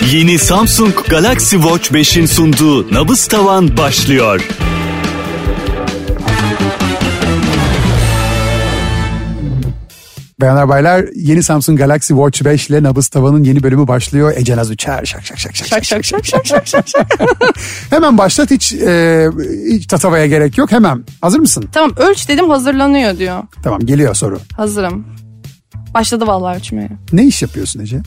Yeni Samsung Galaxy Watch 5'in sunduğu Nabız Tavan başlıyor. Bayanlar baylar, yeni Samsung Galaxy Watch 5 ile Nabız Tavan'ın yeni bölümü başlıyor. Ece Naz Uçar şak şak şak şak şak şak şak şak şak. Hemen başlat, hiç tatavaya gerek yok, hemen. Hazır mısın? Tamam, ölç dedim, hazırlanıyor diyor. Tamam, geliyor soru. Hazırım. Başladı vallahi ölçmeye. Ne iş yapıyorsun Ece?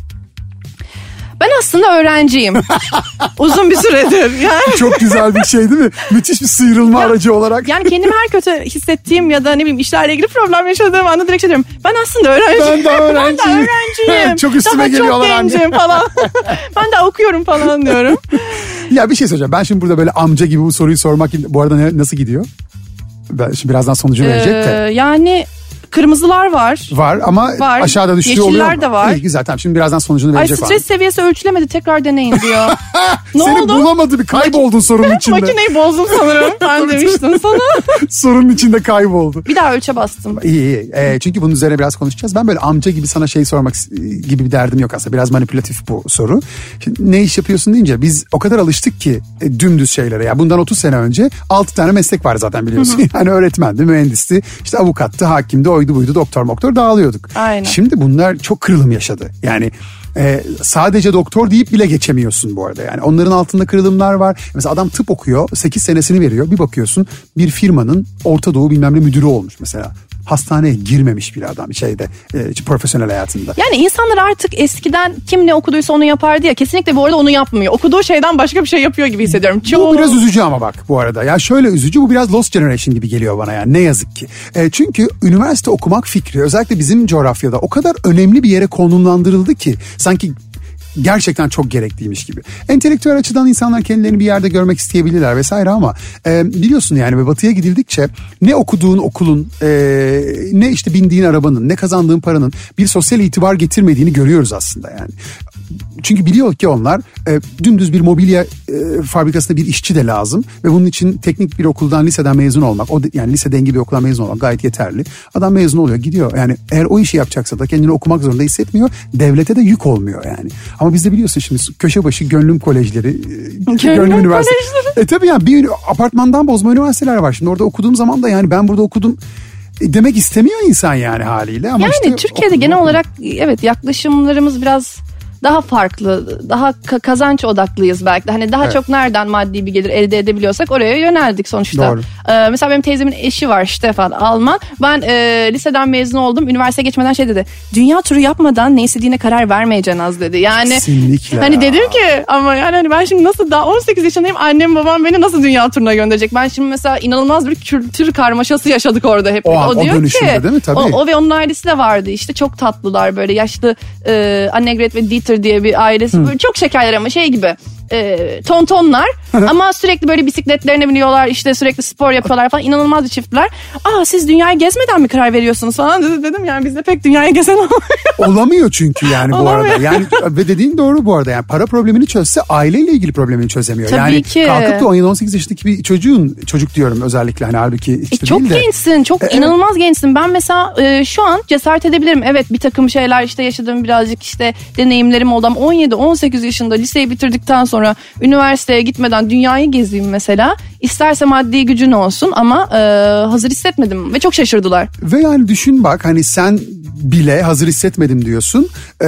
Ben aslında öğrenciyim. Uzun bir süredir. Yani. Çok güzel bir şey değil mi? Müthiş bir sıyrılma aracı olarak. Yani kendimi her kötü hissettiğim ya da ne bileyim işlerle ilgili problem yaşadığım anda direkt şey diyorum. Ben aslında öğrenciyim. Ben de öğrenciyim. Çok üstüme geliyorlar anne. Çok gencim falan. Ben de okuyorum falan diyorum. Ya bir şey söyleyeceğim. Ben şimdi burada böyle amca gibi bu soruyu sormak, bu arada nasıl gidiyor? Ben şimdi birazdan sonucu verecek de. Yani... Kırmızılar var. Var ama var. Aşağıda düştüğü oluyor mu? Yeşiller de var. İyi, güzel, tamam, şimdi birazdan sonucunu verecek. Ay, stres seviyesi ölçülemedi, tekrar deneyin diyor. Ne seni oldu? bulamadı, bir kayboldun sorunun içinde. Makineyi bozdum sanırım. Ben demiştim sana. Sorunun içinde kayboldu. Bir daha ölçe bastım. İyi. Çünkü bunun üzerine biraz konuşacağız. Ben böyle amca gibi sana şey sormak gibi bir derdim yok aslında. Biraz manipülatif bu soru. Şimdi ne iş yapıyorsun deyince biz o kadar alıştık ki dümdüz şeylere. Ya bundan 30 sene önce 6 tane meslek var zaten, biliyorsun. Yani öğretmendi, mühendisti, işte avukattı, hakimdi, oydu buydu, doktor dağılıyorduk. Aynen. Şimdi bunlar çok kırılım yaşadı. Yani sadece doktor deyip bile geçemiyorsun bu arada. Yani onların altında kırılımlar var. Mesela adam tıp okuyor, 8 senesini veriyor. Bir bakıyorsun bir firmanın Orta Doğu bilmem ne müdürü olmuş mesela. Hastaneye girmemiş bir adam profesyonel hayatında. Yani insanlar artık eskiden kim ne okuduysa onu yapardı ya. Kesinlikle bu arada onu yapmıyor. Okuduğu şeyden başka bir şey yapıyor gibi hissediyorum. Bu biraz üzücü ama bak bu arada. Ya şöyle üzücü, bu biraz Lost Generation gibi geliyor bana yani, ne yazık ki. Çünkü üniversite okumak fikri özellikle bizim coğrafyada o kadar önemli bir yere konumlandırıldı ki sanki gerçekten çok gerekliymiş gibi. Entelektüel açıdan insanlar kendilerini bir yerde görmek isteyebilirler vesaire ama biliyorsun yani batıya gidildikçe ne okuduğun okulun, ne işte bindiğin arabanın, ne kazandığın paranın bir sosyal itibar getirmediğini görüyoruz aslında yani. Çünkü biliyor ki onlar dümdüz bir mobilya fabrikasında bir işçi de lazım ve bunun için teknik bir okuldan, liseden mezun olmak, yani lise dengi bir okuldan mezun olmak gayet yeterli. Adam mezun oluyor, gidiyor. Yani eğer o işi yapacaksa da kendini okumak zorunda hissetmiyor. Devlete de yük olmuyor yani. Ama bizde biliyorsun şimdi köşe başı gönlüm kolejleri, gönlüm üniversiteleri. Tabii yani bir apartmandan bozma üniversiteler var. Şimdi orada okuduğum zaman da yani ben burada okudum demek istemiyor insan yani haliyle. Ama yani işte Türkiye'de genel olarak evet yaklaşımlarımız biraz daha farklı, daha kazanç odaklıyız belki de. Hani daha çok nereden maddi bir gelir elde edebiliyorsak oraya yöneldik sonuçta. Doğru. Mesela benim teyzemin eşi var, Stefan, Alman. Ben liseden mezun oldum. Üniversiteye geçmeden şey dedi. Dünya turu yapmadan ne istediğine karar vermeyeceksin az dedi. Yani kesinlikle. Hani dedim ki ama yani hani ben şimdi nasıl daha 18 yaşındayım, annem babam beni nasıl dünya turuna gönderecek? Ben şimdi mesela inanılmaz bir kültür karmaşası yaşadık orada hep. O diyor dönüşümde ki, değil mi? Tabii. O ve onun ailesi de vardı işte, çok tatlılar böyle yaşlı Annegret ve Dieter diye bir ailesi. Böyle çok şekerler ama şey gibi tontonlar ama sürekli böyle bisikletlerine biniyorlar, işte sürekli spor yapıyorlar falan, inanılmaz bir çiftler. Siz dünyayı gezmeden mi karar veriyorsunuz falan dedim yani bizde pek dünyayı gezen olamıyor çünkü yani bu arada. Yani ve dediğin doğru bu arada. Yani para problemini çözse aileyle ilgili problemini çözemiyor. Tabii yani ki. Kalkıp da 17-18 yaşındaki bir çocuk diyorum özellikle hani halbuki işte çok değil de. gençsin, çok inanılmaz gençsin. Ben mesela şu an cesaret edebilirim. Evet, bir takım şeyler işte yaşadığım birazcık işte deneyimlerim oldu ama 17-18 yaşında liseyi bitirdikten sonra üniversiteye gitmeden dünyayı gezeyim mesela. İsterse maddi gücün olsun ama hazır hissetmedim ve çok şaşırdılar. Ve yani düşün bak, hani sen bile hazır hissetmedim diyorsun.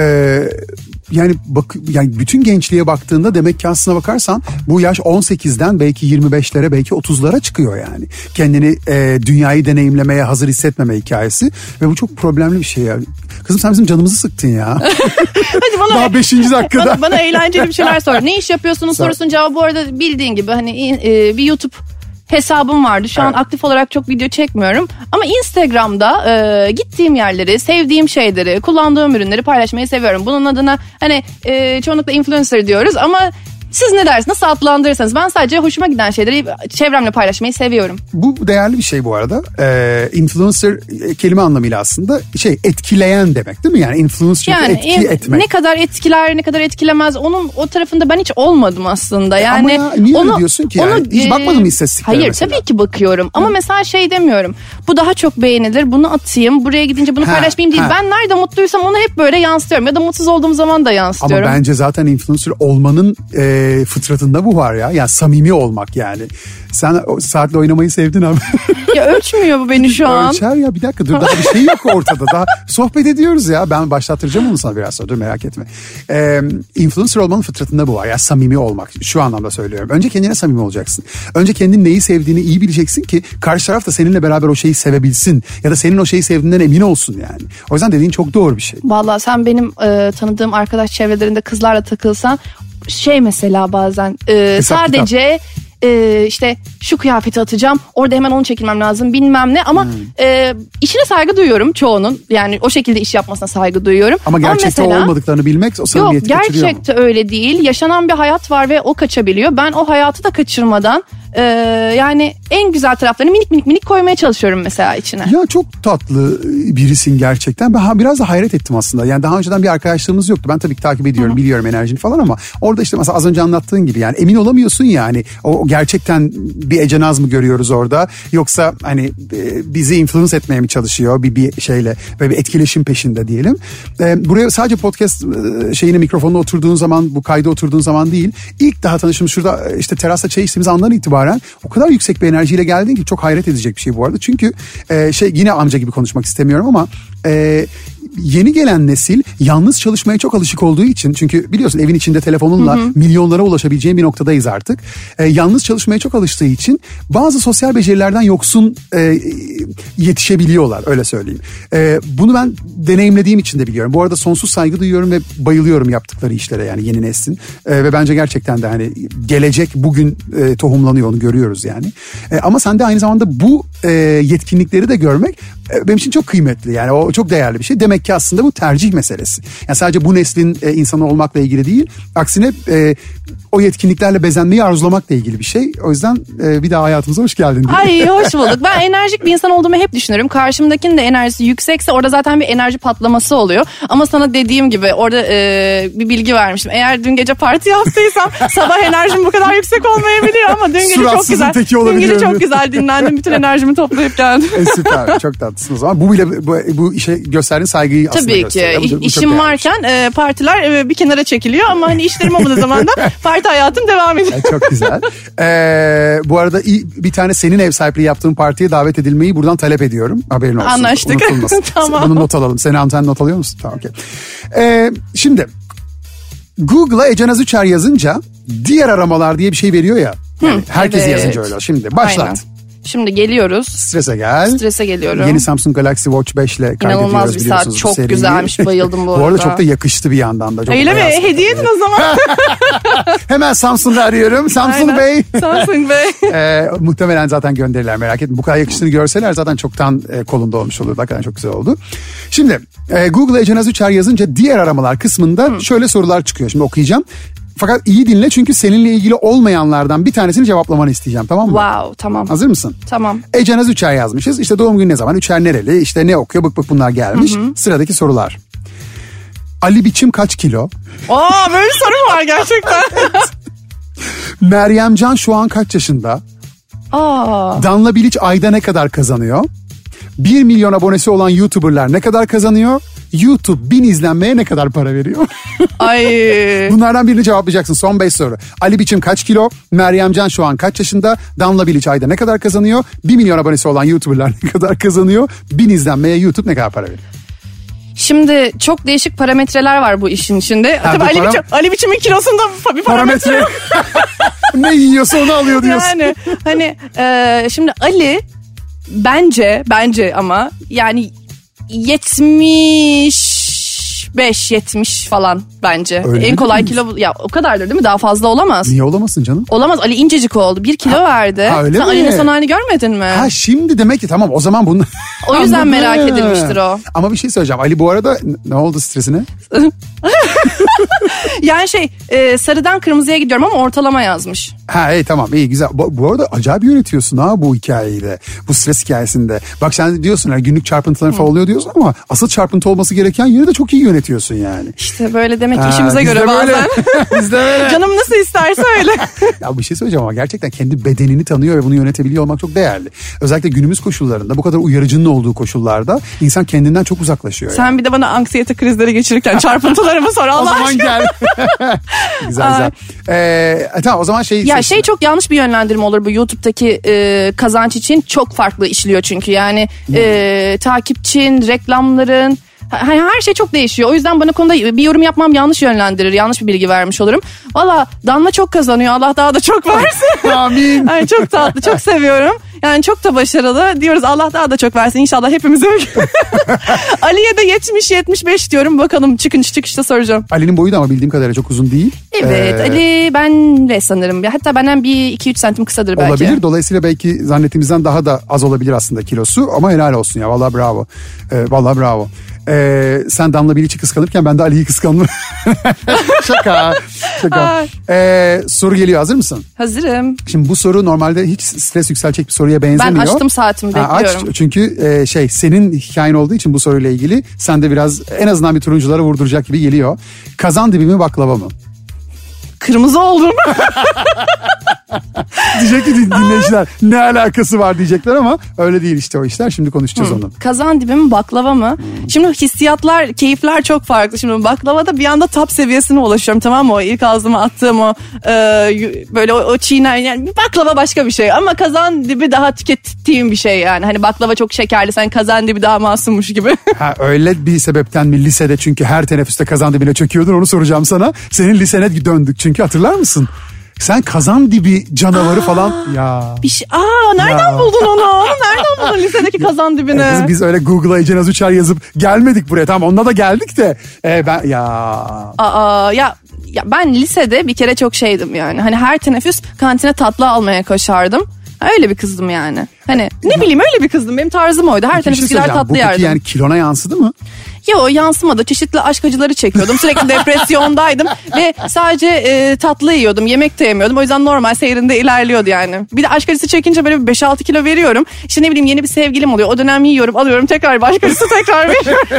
Yani bütün gençliğe baktığında demek ki aslına bakarsan bu yaş 18'den belki 25'lere belki 30'lara çıkıyor yani. Kendini dünyayı deneyimlemeye hazır hissetmeme hikayesi ve bu çok problemli bir şey ya. Kızım sen bizim canımızı sıktın ya. Hadi bana daha 5. dakikada. Bana eğlenceli bir şeyler sor. Ne iş yapıyorsunuz sorusunun cevabı bu arada bildiğin gibi hani bir YouTube hesabım vardı. Şu an aktif olarak çok video çekmiyorum. Ama Instagram'da gittiğim yerleri, sevdiğim şeyleri, kullandığım ürünleri paylaşmayı seviyorum. Bunun adına hani çoğunlukla influencer diyoruz ama Siz ne dersiniz? Nasıl adlandırırsanız. Ben sadece hoşuma giden şeyleri çevremle paylaşmayı seviyorum. Bu değerli bir şey bu arada. Influencer kelime anlamıyla aslında etkileyen demek değil mi? Yani influencer Yani etki etmek. ne kadar etkiler, ne kadar etkilemez, onun o tarafında ben hiç olmadım aslında. Yani ama ya, niye öyle diyorsun ki? Yani? Hiç bakmadın mı istatistiklere Hayır mesela? tabii ki bakıyorum. Ama mesela demiyorum. Bu daha çok beğenilir, bunu atayım, buraya gidince bunu paylaşmayayım değil. Ben nerede mutluysam onu hep böyle yansıtıyorum. Ya da mutsuz olduğum zaman da yansıtıyorum. Ama bence zaten influencer olmanın fıtratında bu var ya. Yani samimi olmak yani. Sen saatle oynamayı sevdin abi. Ya ölçmüyor bu beni şu an. Ölçer ya, bir dakika dur, daha bir şey yok ortada. Daha sohbet ediyoruz ya. Ben başlattıracağım onu sana biraz sonra, dur merak etme. Influencer olmanın fıtratında bu var ya, samimi olmak. Şu anlamda söylüyorum. Önce kendine samimi olacaksın. Önce kendin neyi sevdiğini iyi bileceksin ki karşı taraf da seninle beraber o şeyi sevebilsin. Ya da senin o şeyi sevdiğinden emin olsun yani. O yüzden dediğin çok doğru bir şey. Vallahi sen benim tanıdığım arkadaş çevrelerinde kızlarla takılsan mesela bazen sadece işte şu kıyafeti atacağım, orada hemen onu çekilmem lazım bilmem ne, ama işine saygı duyuyorum çoğunun, yani o şekilde iş yapmasına saygı duyuyorum. Ama gerçekte olmadıklarını bilmek o samimiyeti kaçırıyor mu? Yok, gerçekte öyle değil, yaşanan bir hayat var ve o kaçabiliyor. Ben o hayatı da kaçırmadan yani en güzel taraflarını minik koymaya çalışıyorum mesela içine. Ya çok tatlı birisin gerçekten. Ben biraz da hayret ettim aslında. Yani daha önceden bir arkadaşlığımız yoktu. Ben tabii ki takip ediyorum, biliyorum enerjini falan, ama orada işte mesela az önce anlattığın gibi yani emin olamıyorsun yani. O gerçekten bir Ece Naz mı görüyoruz orada? Yoksa hani bizi influence etmeye mi çalışıyor bir şeyle ve bir etkileşim peşinde diyelim. Buraya sadece podcast mikrofonuna oturduğun zaman, bu kayda oturduğun zaman değil. İlk daha tanıştığımız şurada işte terasta çay içtiğimiz andan itibaren o kadar yüksek bir enerjiyle geldin ki çok hayret edecek bir şey bu arada. Çünkü yine amca gibi konuşmak istemiyorum ama yeni gelen nesil yalnız çalışmaya çok alışık olduğu için, çünkü biliyorsun evin içinde telefonunla milyonlara ulaşabileceğin bir noktadayız artık. Yalnız çalışmaya çok alıştığı için bazı sosyal becerilerden yoksun yetişebiliyorlar, öyle söyleyeyim. Bunu ben deneyimlediğim için de biliyorum. Bu arada sonsuz saygı duyuyorum ve bayılıyorum yaptıkları işlere, yani yeni neslin. Ve bence gerçekten de hani gelecek bugün tohumlanıyor, onu görüyoruz yani. Ama sen de aynı zamanda bu yetkinlikleri de görmek benim için çok kıymetli, yani o çok değerli bir şey. Demek ki aslında bu tercih meselesi. Yani sadece bu neslin insanı olmakla ilgili değil, aksine o yetkinliklerle bezenmeyi arzulamakla ilgili bir şey. O yüzden bir daha hayatımıza hoş geldin. Ay hoş bulduk. Ben enerjik bir insan olduğumu hep düşünüyorum. Karşımdakinin de enerjisi yüksekse orada zaten bir enerji patlaması oluyor. Ama sana dediğim gibi orada bir bilgi vermiştim. Eğer dün gece parti yaptıysam sabah enerjim bu kadar yüksek olmayabiliyor ama dün gece çok güzel. Dün gece çok güzel dinlendim. Bütün enerjimi toplayıp geldim. Süper. Çok tatlısın o zaman. Bu işe gösterdiğin saygıyı aslında tabii gösteriyor. Tabii ki. İşim varken partiler bir kenara çekiliyor ama hani işlerim olmadığı zaman da parti hayatım devam ediyor. Çok güzel. Bu arada bir tane senin ev sahipliği yaptığın partiye davet edilmeyi buradan talep ediyorum. Haberin olsun. Anlaştık. Tamam. Bunu not alalım. Sen not alıyor musun? Tamam. Okay. Şimdi Google'a Ece Naz Üçer yazınca diğer aramalar diye bir şey veriyor ya. Yani herkes yazınca öyle. Şimdi başlat. Aynen. Şimdi geliyoruz. Strese geliyorum. Yeni Samsung Galaxy Watch 5 ile kaydediyoruz. İnanılmaz bir saat. Çok güzelmiş. Bayıldım bu arada. Bu arada çok da yakıştı bir yandan da. Çok öyle mi? Hediye edin o zaman. Hemen Samsung'u arıyorum. Samsung Bey. Samsung Bey. Muhtemelen zaten gönderirler, merak etme. Bu kadar yakıştığını görseler zaten çoktan kolunda olmuş olurdu. Hakikaten çok güzel oldu. Şimdi Google'a Ece Naz Üçer yazınca diğer aramalar kısmında şöyle sorular çıkıyor. Şimdi okuyacağım. Fakat iyi dinle, çünkü seninle ilgili olmayanlardan bir tanesini cevaplamanı isteyeceğim, tamam mı? Wow, tamam. Hazır mısın? Tamam. Ece Naz Üçer yazmışız. İşte doğum günü ne zaman? Üçer nereli? İşte ne okuyor? Bık bunlar gelmiş. Sıradaki sorular. Ali Biçim kaç kilo? Böyle bir soru mu var gerçekten? Meryem Can şu an kaç yaşında? Danla Bilic ayda ne kadar kazanıyor? 1 milyon abonesi olan YouTuber'lar ne kadar kazanıyor? YouTube 1000 izlenmeye ne kadar para veriyor? Ay. Bunlardan birini cevaplayacaksın. Son 5 soru. Ali Biçim kaç kilo? Meryem Can şu an kaç yaşında? Danla Bilic ayda ne kadar kazanıyor? 1 milyon abonesi olan YouTuber'lar ne kadar kazanıyor? 1000 izlenmeye YouTube ne kadar para veriyor? Şimdi çok değişik parametreler var bu işin içinde. Tabii Ali Biçim'in kilosunda bir parametre yok. Ne yiyorsa onu alıyor diyorsun. Yani hani şimdi Ali bence ama yani 75 65-70 falan bence. Öyle en kolay mi? kilo ya o kadardır değil mi? Daha fazla olamaz. Niye olamasın canım? Olamaz. Ali incecik oldu. 1 kilo verdi. öyle Sen mi? Ali'nin son halini görmedin mi? Ha şimdi demek ki tamam o zaman bunu... O yüzden Anladım. merak edilmiştir o. Ama bir şey söyleyeceğim. Ali bu arada ne oldu stresine? Yani sarıdan kırmızıya gidiyorum ama ortalama yazmış. Ha iyi tamam iyi güzel. Bu arada acayip yönetiyorsun ha bu hikayeyi de. Bu stres hikayesinde. Bak sen diyorsun yani günlük çarpıntıların falan oluyor diyorsun ama asıl çarpıntı olması gereken yeri de çok iyi yönetiyorsun yani. İşte böyle demek ki Ha, işimize biz göre de böyle. bazen. Biz de böyle. Canım nasıl isterse öyle. Ya bir şey söyleyeceğim ama gerçekten kendi bedenini tanıyor ve bunu yönetebiliyor olmak çok değerli. Özellikle günümüz koşullarında bu kadar uyarıcının olduğu koşullarda insan kendinden çok uzaklaşıyor. Yani. Sen bir de bana anksiyete krizleri geçirirken çarpıntılarımı sor O Allah zaman aşkına. gel. Güzel. Tamam o zaman Ya çok yanlış bir yönlendirme olur bu YouTube'daki kazanç için. Çok farklı işliyor çünkü yani takipçin, reklamların... Her şey çok değişiyor. O yüzden bana konuda bir yorum yapmam yanlış yönlendirir. Yanlış bir bilgi vermiş olurum. Valla Danla çok kazanıyor. Allah daha da çok versin. Amin. Yani çok tatlı, çok seviyorum. Yani çok da başarılı. Diyoruz Allah daha da çok versin. İnşallah hepimize. Ali'ye de 70-75 diyorum. Bakalım çıkışta soracağım. Ali'nin boyu da ama bildiğim kadarıyla çok uzun değil. Evet Ali ben de sanırım. Hatta benden bir 2-3 santim kısadır belki. Olabilir. Dolayısıyla belki zannettiğimizden daha da az olabilir aslında kilosu. Ama helal olsun ya. Vallahi bravo. Vallahi bravo. Sen Damla Bilic'i kıskanırken ben de Ali'yi kıskandım. Şaka. Soru geliyor, hazır mısın? Hazırım. Şimdi bu soru normalde hiç stres yükseltecek bir soruya benzemiyor. Ben açtım saatimi bekliyorum. Aç çünkü senin hikayen olduğu için bu soruyla ilgili sen de biraz en azından bir turunculara vurduracak gibi geliyor. Kazan dibi mi baklava mı? Kırmızı oldum. Diyecek ki dinleyiciler ne alakası var diyecekler ama öyle değil işte o işler. Şimdi konuşacağız onu. Kazan dibi mi baklava mı? Şimdi hissiyatlar, keyifler çok farklı. Şimdi baklavada bir anda top seviyesine ulaşıyorum, tamam mı? O ilk ağzıma attığım o böyle o çiğner yani baklava başka bir şey. Ama kazan dibi daha tükettiğim bir şey yani. Hani baklava çok şekerli, sen kazan dibi daha masummuş gibi. Ha öyle bir sebepten mi lisede çünkü her teneffüste kazan dibine çöküyordun, onu soracağım sana. Senin lisene döndük çünkü hatırlar mısın? Sen kazan dibi canavarı falan ya. Bir şey. Nereden buldun onu? Nereden buldun lisedeki kazan dibini? Biz öyle Google'a Ece Naz Uçar yazıp gelmedik buraya. Tamam onunla da geldik de ben ya ben lisede bir kere çok şeydim yani. Hani her teneffüs kantine tatlı almaya koşardım. Öyle bir kızdım yani. Hani ne bileyim öyle bir kızdım. Benim tarzım oydu. Her teneffüs gider tatlı yerdim. Bu peki yani kilona yansıdı mı? Yo yansımadı. Çeşitli aşk acıları çekiyordum. Sürekli depresyondaydım ve sadece tatlı yiyordum. Yemek de yemiyordum. O yüzden normal seyrinde ilerliyordu yani. Bir de aşk acısı çekince böyle 5-6 kilo veriyorum. İşte ne bileyim yeni bir sevgilim oluyor. O dönem yiyorum, alıyorum, tekrar aşk acısı tekrar veriyorum.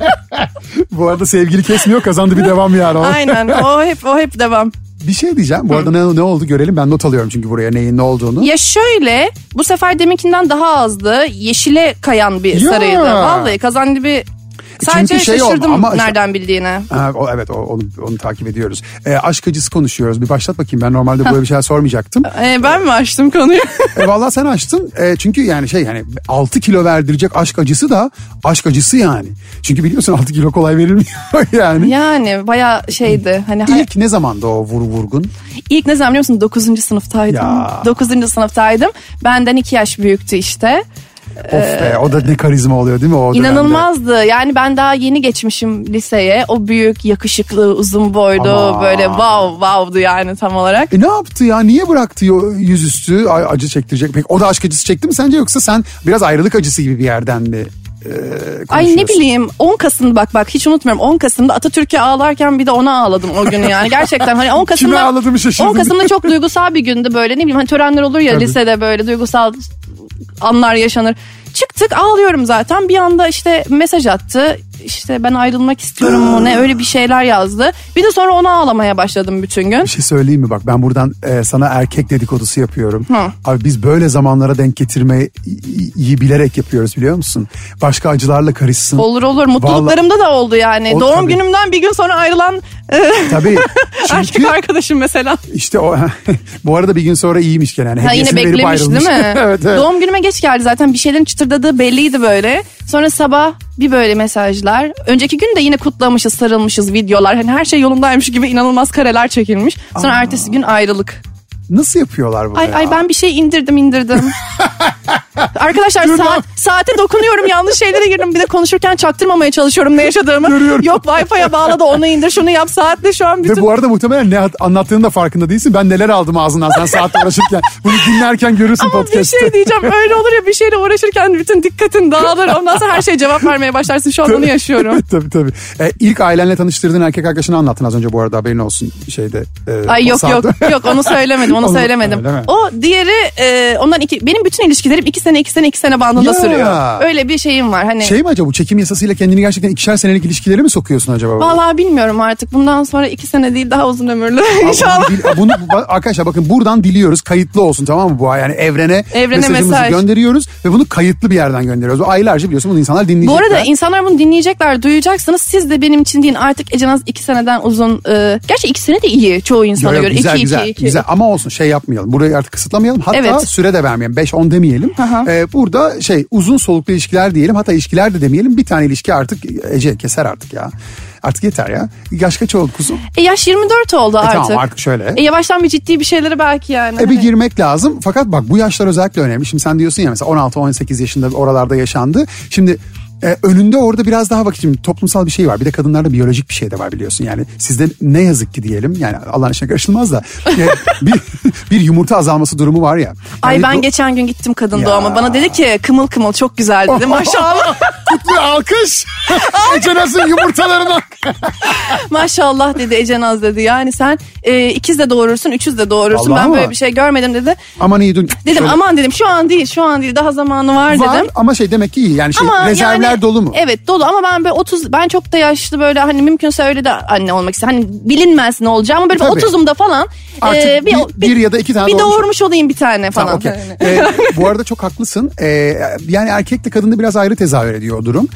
Bu arada sevgili kesmiyor, kazandı bir devam yani. Aynen o hep devam. Bir şey diyeceğim. Bu arada ne oldu görelim. Ben not alıyorum çünkü buraya neyin ne olduğunu. Ya şöyle, bu sefer deminkinden daha azdı. Yeşile kayan bir sarıydı. Vallahi kazan dibi. Sadece şaşırdım ama nereden bildiğine. Evet onu takip ediyoruz. Aşk acısı konuşuyoruz. Bir başlat bakayım. Ben normalde böyle bir şey sormayacaktım. Ben mi açtım konuyu? Vallahi sen açtın. Çünkü yani 6 kilo verdirecek aşk acısı da aşk acısı yani. Çünkü biliyorsun 6 kilo kolay verilmiyor yani. Yani bayağı şeydi. Hani İlk ne zamandı o vurgun? İlk ne zaman biliyor musun? 9. sınıftaydım. Ya. 9. sınıftaydım. Benden 2 yaş büyüktü işte. Of be, o da ne karizma oluyor değil mi o dönemde? İnanılmazdı. Yani ben daha yeni geçmişim liseye. O büyük, yakışıklı, uzun boylu, böyle wow'du yani tam olarak. Ne yaptı ya? Niye bıraktı yüzüstü acı çektirecek? Peki o da aşk acısı çekti mi sence, yoksa sen biraz ayrılık acısı gibi bir yerden mi Ay ne bileyim 10 Kasım bak hiç unutmuyorum, 10 Kasım'da Atatürk'e ağlarken bir de ona ağladım o günü yani gerçekten hani 10 Kasım'da. Kime ağladığımı şaşırdım. 10 Kasım'da çok duygusal bir gündü, böyle ne bileyim hani törenler olur ya. Tabii. Lisede böyle duygusal anlar yaşanır. Çıktık, ağlıyorum zaten, bir anda işte mesaj attı. İşte ben ayrılmak istiyorum mu ne, öyle bir şeyler yazdı. Bir de sonra ona ağlamaya başladım bütün gün. Bir şey söyleyeyim mi, bak ben buradan sana erkek dedikodusu yapıyorum. Abi biz böyle zamanlara denk getirmeyi bilerek yapıyoruz, biliyor musun? Başka acılarla karışsın. Olur mutluluklarımda da oldu yani. Doğum tabii. Günümden bir gün sonra ayrılan tabii. erkek arkadaşım mesela. İşte o bu arada bir gün sonra iyiymiş gene. Yani yine beklemiş değil mi? Evet. Doğum günüme geç geldi zaten, bir şeylerin çıtırdadığı belliydi böyle. Sonra sabah bir böyle mesajlar. Önceki gün de yine kutlamışız, sarılmışız, videolar. Hani her şey yolundaymış gibi inanılmaz kareler çekilmiş. Sonra ertesi gün ayrılık. Nasıl yapıyorlar bunu Ay ben bir şey indirdim. Arkadaşlar saate dokunuyorum, yanlış şeylere girdim. Bir de konuşurken çaktırmamaya çalışıyorum ne yaşadığımı. Görüyorum. Yok Wi-Fi'ye bağla da onu indir, şunu yap. Saatle şu an bütün... Ve bu arada muhtemelen ne anlattığının da farkında değilsin. Ben neler aldım ağzından sen saatte uğraşırken. Bunu dinlerken görürsün Ama podcast'te. bir şey diyeceğim, öyle olur ya, bir şeyle uğraşırken bütün dikkatin dağılır. Ondan sonra her şeye cevap vermeye başlarsın. Şu an onu yaşıyorum. Tabii. İlk ailenle tanıştırdığın erkek arkadaşını anlattın az önce bu arada, haberin olsun şeyde. Ay yok onu söylemedim. Onu söylemedim. O diğeri ondan benim bütün ilişkilerim 2 sene bandında sürüyor. Öyle bir şeyim var. Hani şey mi acaba, bu çekim yasasıyla kendini gerçekten 2'şer senelik ilişkileri mi sokuyorsun acaba? Vallahi bilmiyorum artık. Bundan sonra 2 sene değil, daha uzun ömürlü inşallah. Bunu arkadaşlar bakın buradan diliyoruz, kayıtlı olsun, tamam mı bu? Yani evrene mesajımızı gönderiyoruz ve bunu kayıtlı bir yerden gönderiyoruz. O aylarca biliyorsun bunu insanlar dinleyecekler. Bu arada insanlar bunu dinleyecekler, duyacaksınız. Siz de benim için deyin artık, Ece Naz 2 seneden uzun. Gerçi 2 sene de iyi çoğu insana göre. Güzel ama olsun, şey yapmayalım. Burayı artık kısıtlamayalım. Hatta süre de vermeyelim. 5-10 demeyelim. Burada uzun soluklu ilişkiler diyelim. Hatta ilişkiler de demeyelim. Bir tane ilişki artık Ece keser artık ya. Artık yeter ya. Yaş kaç oldu kuzum? Yaş 24 oldu artık. Tamam artık şöyle. Yavaştan bir ciddi bir şeyleri belki yani. Bir girmek lazım. Fakat bak bu yaşlar özellikle önemli. Şimdi sen diyorsun ya mesela 16-18 yaşında oralarda yaşandı. Şimdi önünde orada biraz daha bak, şimdi toplumsal bir şey var. Bir de kadınlarda biyolojik bir şey de var biliyorsun. Yani sizde ne yazık ki diyelim, yani Allah'ın işine karışılmaz da bir yumurta azalması durumu var ya. Yani ay ben geçen gün gittim kadın doğuma. Bana dedi ki kımıl kımıl çok güzel dedi. Maşallah. Kutlu alkış. Ece Naz'ın yumurtalarına. Maşallah dedi Ece Naz dedi. Yani sen 2 de doğurursun, 3 de doğurursun. Vallahi ben böyle bir şey görmedim dedi. Aman iyi dur. Dedim şöyle. Aman dedim şu an değil daha zamanı var dedim. Var ama demek ki iyi yani rezervler yani, dolu mu? Evet dolu ama ben böyle 30, ben çok da yaşlı böyle hani mümkünse öyle de anne olmak istedim. Hani bilinmez ne olacağım ama böyle 30'umda falan. Artık bir ya da 2 tane bir doğurmuş olayım bir tane falan. Tamam, okay. Bu arada çok haklısın. Yani erkekle kadında biraz ayrı tezahür ediyor o durum.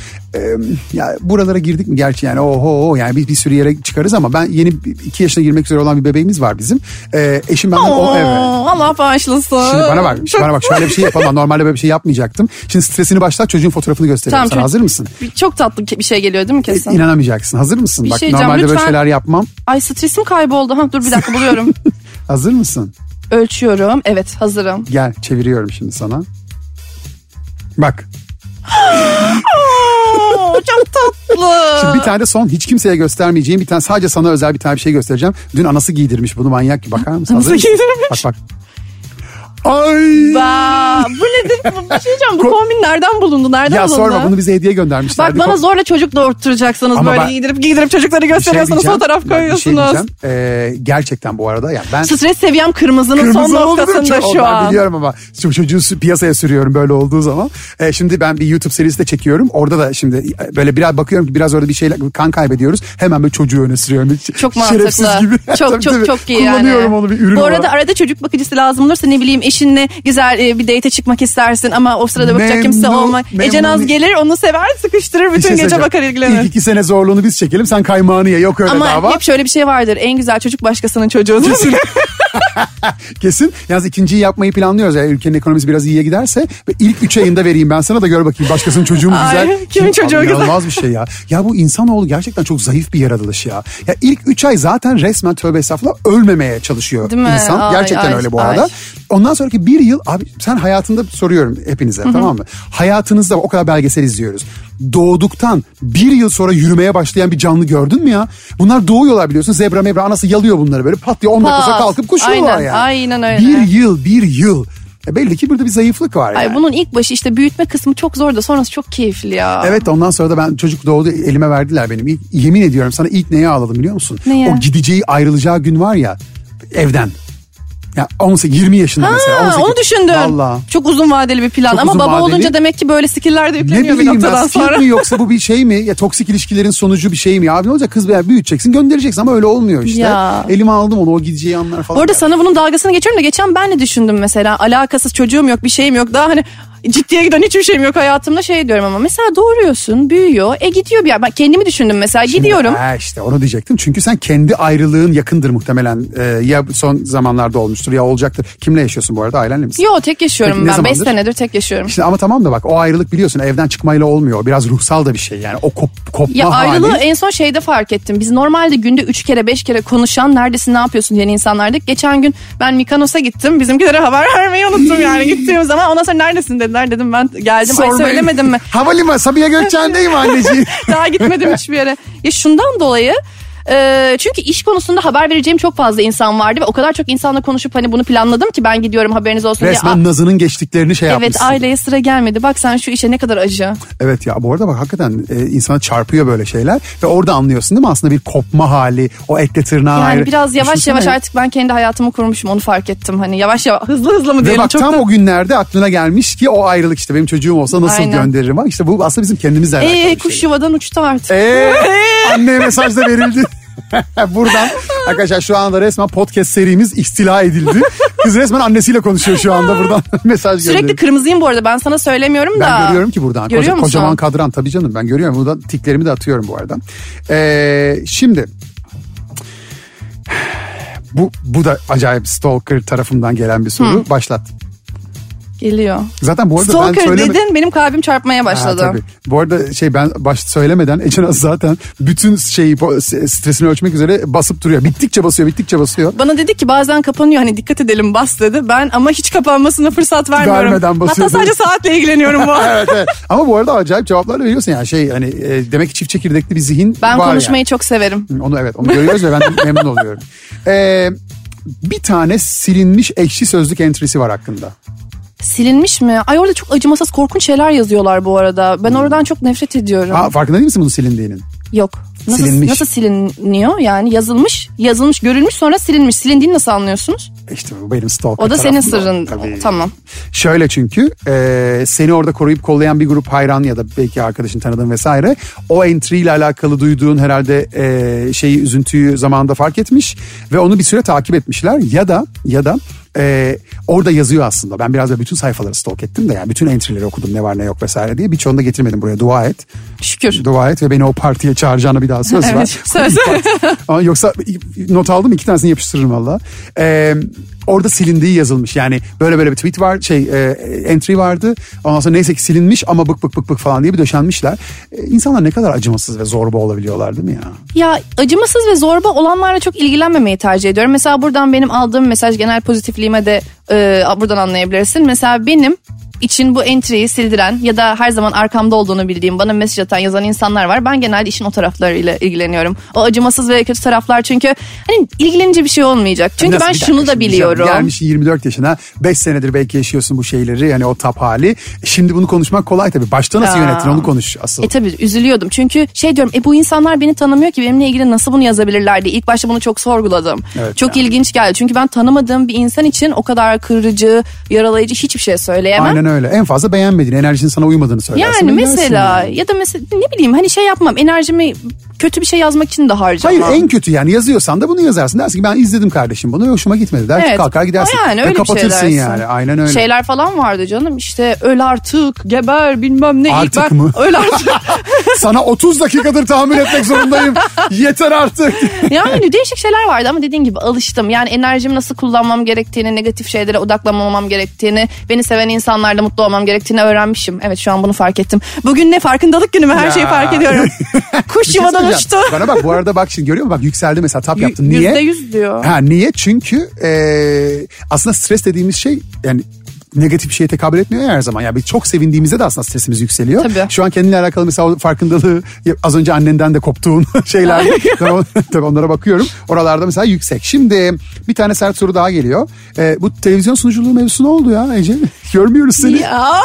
Ya buralara girdik mi gerçi yani yani bir sürü yere çıkarız ama ben yeni 2 yaşına girmek üzere olan bir bebeğimiz var bizim. Eşim benden evet. Allah bağışlasın. Şimdi bana bak şöyle bir şey yapalım. Normalde böyle bir şey yapmayacaktım. Şimdi stresini başlat, çocuğun fotoğrafını göstereyim sana. Hazır mısın? Çok tatlı bir şey geliyor değil mi kesin? İnanamayacaksın. Hazır mısın? Bir bak şey normalde lütfen. Böyle şeyler yapmam. Ay stresim kayboldu. Dur bir dakika buluyorum. Hazır mısın? Ölçüyorum. Evet hazırım. Gel çeviriyorum şimdi sana. Bak. Çok tatlı. Şimdi bir tane de son hiç kimseye göstermeyeceğim bir tane, sadece sana özel bir tane bir şey göstereceğim. Dün anası giydirmiş bunu, manyak ki, bakar mısın? Anası giydirmiş. Bak. Ay. Bu nedir? Bir şey diyeceğim. Bu kombin nereden bulundu? Nereden bulundu? Ya sorma, bunu bize hediye göndermişler. Bak bana zorla çocuk doğurtturacaksınız. Ama böyle giydirip çocukları gösteriyorsunuz, fotoğraf koyuyorsunuz. Gerçekten bu arada yani ben... Stres seviyem kırmızının son noktasında şu an. Ben biliyorum ama çocuğu piyasaya sürüyorum böyle olduğu zaman. Şimdi ben bir YouTube serisi de çekiyorum. Orada da şimdi böyle biraz bakıyorum ki biraz orada bir şeyler kan kaybediyoruz. Hemen böyle çocuğu öne sürüyorum. Çok mantıklı. Gibi. Çok iyi yani. Kullanıyorum onu, bir ürün. Bu arada arada çocuk bakıcısı lazım olursa, ne bileyim eşinle güzel bir date çıkmak istersin ama o sırada bakacak kimse olmaz. Ece Naz gelir, onu sever, sıkıştırır, bütün gece bakar, ilgilenir. İlk 2 sene zorluğunu biz çekelim, sen kaymağını ye, yok öyle ama dava. Ama hep şöyle bir şey vardır, en güzel çocuk başkasının çocuğudur. Kesin. Yalnız ikinciyi yapmayı planlıyoruz. Yani ülkenin ekonomisi biraz iyiye giderse ve ilk 3 ayında vereyim ben sana da gör bakayım başkasının çocuğu mu güzel. Kimin çocuğu güzel. İnanılmaz bir şey ya. Ya bu insanoğlu gerçekten çok zayıf bir yaratılış ya. Ya ilk 3 ay zaten resmen tövbe estağfurullah ölmemeye çalışıyor insan. Gerçekten öyle bu arada. Ondan sonraki 1 yıl abi, sen hayatında, soruyorum hepinize, tamam mı? Hayatınızda o kadar belgesel izliyoruz. Doğduktan 1 yıl sonra yürümeye başlayan bir canlı gördün mü ya? Bunlar doğuyorlar biliyorsun. Zebra mebra, anası yalıyor bunları böyle pat diye 10 dakika sonra kalkıp koşuyorlar yani. Aynen öyle. 1 yıl. Belli ki burada bir zayıflık var yani. Bunun ilk başı işte büyütme kısmı çok zor da sonrası çok keyifli ya. Evet, ondan sonra da ben çocuk doğdu, elime verdiler benim. Yemin ediyorum sana, ilk neye ağladım biliyor musun? Neye? O gideceği, ayrılacağı gün var ya evden. Ya 20 yaşında mesela. 18. Onu düşündüm. Vallahi. Çok uzun vadeli bir plan. Ama baba olunca demek ki böyle skiller de yükleniyor bir noktadan sonra. Ne bileyim, mi yoksa bu bir şey mi? Ya toksik ilişkilerin sonucu bir şey mi? Abi ne olacak, kız büyüteceksin, göndereceksin ama öyle olmuyor işte. Ya. Elime aldım onu, o gideceği anlar falan. Orada sana bunun dalgasını geçiyorum da geçen ben de düşündüm mesela. Alakasız çocuğum yok, bir şeyim yok. Daha hani ciddiye giden hiçbir şeyim yok hayatımda, şey diyorum ama mesela doğuruyorsun, büyüyor, gidiyor bir yer. Ben kendimi düşündüm mesela, şimdi, gidiyorum. İşte onu diyecektim çünkü sen kendi ayrılığın yakındır muhtemelen, ya son zamanlarda olmuştur ya olacaktır. Kimle yaşıyorsun bu arada, ailenle misin? Yok, tek yaşıyorum. Peki, ben 5 senedir tek yaşıyorum. İşte ama tamam da bak, o ayrılık biliyorsun evden çıkmayla olmuyor, biraz ruhsal da bir şey yani, o kopma ya hali. Ayrılığı en son şeyde fark ettim. Biz normalde günde 3 kere 5 kere konuşan, neredesin ne yapıyorsun diyen insanlardık. Geçen gün ben Mikonos'a gittim, bizimkilere haber vermeyi unuttum yani. Gittiğim zaman ondan sonra neredesin dediler. dediler. Dedim ben geldim. Sormayın. Ay söylemedim mi? Havalimanı Sabiha Gökçen'deyim anneciğim. Daha gitmedim hiçbir yere. Ya şundan dolayı çünkü iş konusunda haber vereceğim çok fazla insan vardı ve o kadar çok insanla konuşup hani bunu planladım ki ben gidiyorum haberiniz olsun Resmen diye. nazının geçtiklerini yapmışsın. Evet, aileye sıra gelmedi. Bak sen şu işe ne kadar acı. Evet ya, bu arada bak hakikaten insana çarpıyor böyle şeyler ve orada anlıyorsun değil mi aslında bir kopma hali, o etle tırnağı Yani ayrı. biraz yavaş Düşünsene. yavaş artık ben kendi hayatımı kurmuşum, onu fark ettim. Hani yavaş yavaş hızlı mı Ve diyelim, bak çok tam da... o günlerde aklına gelmiş ki o ayrılık, işte benim çocuğum olsa nasıl Aynen. gönderirim. Bak işte bu aslında bizim kendimizle alakalı bir Kuş şey. yuvadan uçtu artık. Anneye mesaj da verildi. Buradan arkadaşlar şu anda resmen podcast serimiz istila edildi. Kız resmen annesiyle konuşuyor şu anda, buradan mesaj gönderiyor. Sürekli kırmızıyım bu arada, ben sana söylemiyorum da. Ben görüyorum ki buradan. Görüyor musun? Kocaman kadran tabii canım, ben görüyorum. Buradan tiklerimi de atıyorum bu arada. Şimdi bu da acayip stalker tarafından gelen bir soru. Başlat. Geliyor. Zaten bu arada Stalker ben söylemedim. dedin, benim kalbim çarpmaya başladı. Tabii. Bu arada ben söylemeden Ece Naz zaten bütün stresini ölçmek üzere basıp duruyor. Bittikçe basıyor. Bana dedi ki bazen kapanıyor, hani dikkat edelim bas dedi. Ben ama hiç kapanmasına fırsat vermiyorum. Vermeden basıyor. Hatta sadece saatle ilgileniyorum bu. evet. Ama bu arada acayip cevaplar da veriyorsun yani demek ki çift çekirdekli bir zihin Ben var konuşmayı yani. çok severim. Onu görüyoruz ve ben de memnun oluyorum. Bir tane silinmiş ekşi sözlük entry'si var hakkında. Silinmiş mi? Ay orada çok acımasız korkunç şeyler yazıyorlar bu arada. Ben oradan çok nefret ediyorum. Farkında değil misin bunun silindiğinin? Yok. Silinmiş. Nasıl siliniyor? Yani yazılmış, görülmüş, sonra silinmiş. Silindiğini nasıl anlıyorsunuz? İşte bu benim stalker O da senin tarafım. sırrın. Tabii. Tamam. Şöyle çünkü seni orada koruyup kollayan bir grup hayran ya da belki arkadaşın tanıdığın vesaire, o entry ile alakalı duyduğun herhalde üzüntüyü zamanında fark etmiş ve onu bir süre takip etmişler ya da orada yazıyor aslında. Ben biraz da bütün sayfaları stalk ettim de yani bütün entry'leri okudum ne var ne yok vesaire diye. Birçoğunu da getirmedim buraya, dua et. Şükür. Dua et ve beni o partiye çağıracağına bir daha söz ver. Evet, söz. Ama yoksa not aldım, 2 tanesini yapıştırırım valla. Orada silindiği yazılmış. Yani böyle bir tweet var, entry vardı. Ondan sonra neyse ki silinmiş ama bık falan diye bir döşenmişler. İnsanlar ne kadar acımasız ve zorba olabiliyorlar değil mi ya? Ya acımasız ve zorba olanlarla çok ilgilenmemeyi tercih ediyorum. Mesela buradan benim aldığım mesaj, genel pozitifliğime de buradan anlayabilirsin. Mesela benim için bu entry'yi sildiren ya da her zaman arkamda olduğunu bildiğim, bana mesaj atan, yazan insanlar var. Ben genelde işin o taraflarıyla ilgileniyorum. O acımasız ve kötü taraflar, çünkü hani ilgilenince bir şey olmayacak. Çünkü ben şunu da biliyorum. Gelmişsin 24 yaşına, 5 senedir belki yaşıyorsun bu şeyleri, yani o tap hali. Şimdi bunu konuşmak kolay tabii. Başta nasıl yönettin onu konuş asıl. Tabii üzülüyordum. Çünkü diyorum bu insanlar beni tanımıyor ki benimle ilgili nasıl bunu yazabilirler diye. İlk başta bunu çok sorguladım. Evet, çok yani. ilginç geldi. Çünkü ben tanımadığım bir insan için o kadar kırıcı, yaralayıcı hiçbir şey söyleyemem. Aynen öyle. En fazla beğenmediğin, enerjinin sana uymadığını söylersin. Yani mesela ya da mesela ne bileyim hani yapmam, enerjimi kötü bir şey yazmak için de harcamam. Hayır, en kötü yani yazıyorsan da bunu yazarsın. Dersin ki ben izledim kardeşim bunu, hoşuma gitmedi der ki kalkar gidersin. Yani ve öyle kapatırsın bir şey dersin. yani. Aynen öyle. Şeyler falan vardı canım, işte öl artık, geber bilmem ne. Artık mı? Öl artık. Sana 30 dakikadır tahammül etmek zorundayım. Yeter artık. Yani değişik şeyler vardı ama dediğin gibi alıştım. Yani enerjimi nasıl kullanmam gerektiğini, negatif şeylere odaklanmamam gerektiğini, beni seven insanlarla mutlu olmam gerektiğini öğrenmişim. Evet, şu an bunu fark ettim. Bugün ne farkındalık günü mü? Her şeyi fark ediyorum. Kuş yuvadan uçtu. Bana bak bu arada, bak şimdi görüyor musun? Bak yükseldi mesela, tap yaptın. Niye? %100 diyor. Niye? Çünkü aslında stres dediğimiz şey yani negatif bir şeye tekabül etmiyor ya her zaman. Yani biz çok sevindiğimizde de aslında stresimiz yükseliyor. Tabii. Şu an kendinle alakalı mesela o farkındalığı az önce annenden de koptuğun şeyler. Tabii onlara bakıyorum. Oralarda mesela yüksek. Şimdi bir tane sert soru daha geliyor. Bu televizyon sunuculuğu mevzusu ne oldu ya Ece? Görmüyoruz seni.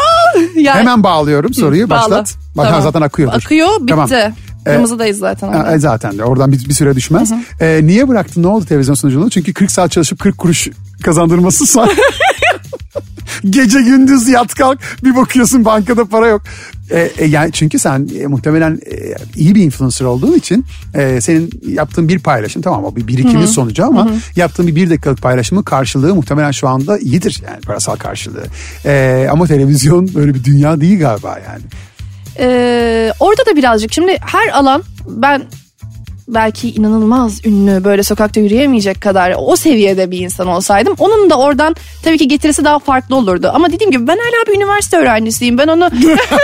Ya. Hemen bağlıyorum soruyu. Bağla. Başlat. Bak Tamam. zaten akıyor. Akıyor, bitti. Tamam. Kırmızıdayız zaten. Zaten de oradan bir süre düşmez. Niye bıraktın? Ne oldu televizyon sunuculuğunu? Çünkü 40 saat çalışıp 40 kuruş kazandırması sağ. Gece gündüz yat kalk, bir bakıyorsun bankada para yok. Yani çünkü sen muhtemelen iyi bir influencer olduğun için senin yaptığın bir paylaşım, tamam o bir birikimin sonucu ama yaptığın bir dakikalık paylaşımın karşılığı muhtemelen şu anda iyidir yani, parasal karşılığı. Ama televizyon böyle bir dünya değil galiba yani. Orada da birazcık şimdi her alan, ben belki inanılmaz ünlü, böyle sokakta yürüyemeyecek kadar o seviyede bir insan olsaydım, onun da oradan tabii ki getirisi daha farklı olurdu. Ama dediğim gibi ben hala bir üniversite öğrencisiyim. Ben onu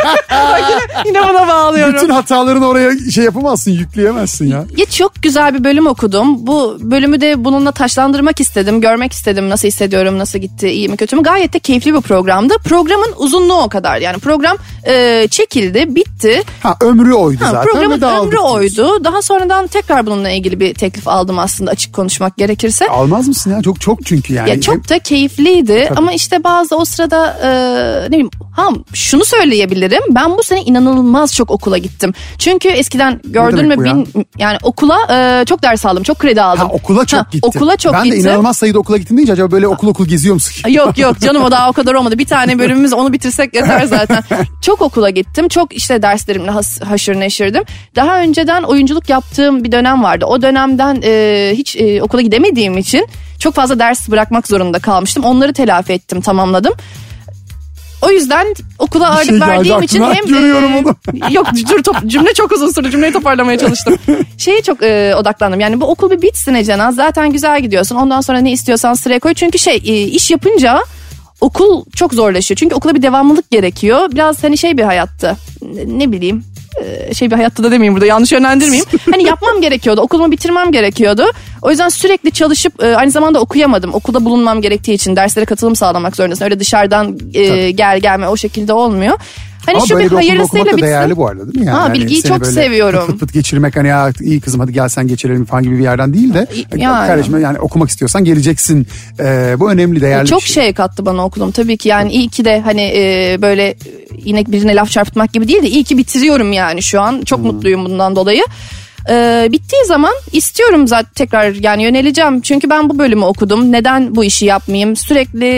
yine buna bağlıyorum. Bütün hatalarını oraya şey yapamazsın, yükleyemezsin ya. Ya çok güzel bir bölüm okudum. Bu bölümü de bununla taşlandırmak istedim. Görmek istedim nasıl hissediyorum, nasıl gitti, iyi mi kötü mü. Gayet de keyifli bir programdı. Programın uzunluğu o kadar. Yani program çekildi, bitti. Ömrü oydu zaten. Programın ömrü oydu. Daha sonradan tekrar bununla ilgili bir teklif aldım aslında, açık konuşmak gerekirse. Almaz mısın ya? Çok çünkü yani. Ya çok da keyifliydi. Tabii. Ama işte bazı o sırada ne bileyim, şunu söyleyebilirim. Ben bu sene inanılmaz çok okula gittim. Çünkü eskiden gördün mü yani okula çok ders aldım. Çok kredi aldım. Okula çok gittim. Okula çok ben gittim. de inanılmaz sayıda okula gittim deyince acaba böyle okul geziyor musun? Yok canım, o daha o kadar olmadı. Bir tane bölümümüz, onu bitirsek yeter zaten. Çok okula gittim. Çok işte derslerimle haşır neşirdim. Daha önceden oyunculuk yaptığım bir dönem vardı. O dönemden hiç okula gidemediğim için çok fazla ders bırakmak zorunda kalmıştım. Onları telafi ettim, tamamladım. O yüzden okula ağırlık verdiğim için hem... Görüyorum onu. Yok cümle çok uzun sürdü. Cümleyi toparlamaya çalıştım. Şeye çok odaklandım. Yani bu okul bir bitsin Ece. Zaten güzel gidiyorsun. Ondan sonra ne istiyorsan sıraya koy. Çünkü iş yapınca okul çok zorlaşıyor. Çünkü okula bir devamlılık gerekiyor. Biraz bir hayattı. Ne bileyim. Bir hayatta da demeyeyim burada, yanlış yönlendirmeyeyim. Hani yapmam gerekiyordu. Okulumu bitirmem gerekiyordu. O yüzden sürekli çalışıp aynı zamanda okuyamadım. Okulda bulunmam gerektiği için derslere katılım sağlamak zorundasın. Öyle dışarıdan gelme o şekilde olmuyor. Hani ama şu bir hayırlısıyla bitsin. Değerli bu arada değil mi? Yani bilgiyi çok seviyorum. Pıt geçirmek hani ya iyi kızım hadi gel sen geçirelim falan gibi bir yerden değil de kardeşim yani okumak istiyorsan geleceksin. Bu önemli, değerli çok bir şey. Kattı bana okulum tabii ki, yani iyi ki de hani böyle inek birine laf çarpıtmak gibi değil de iyi ki bitiriyorum yani şu an. Çok mutluyum bundan dolayı. Bittiği zaman istiyorum zaten tekrar yani yöneleceğim. Çünkü ben bu bölümü okudum. Neden bu işi yapmayayım? Sürekli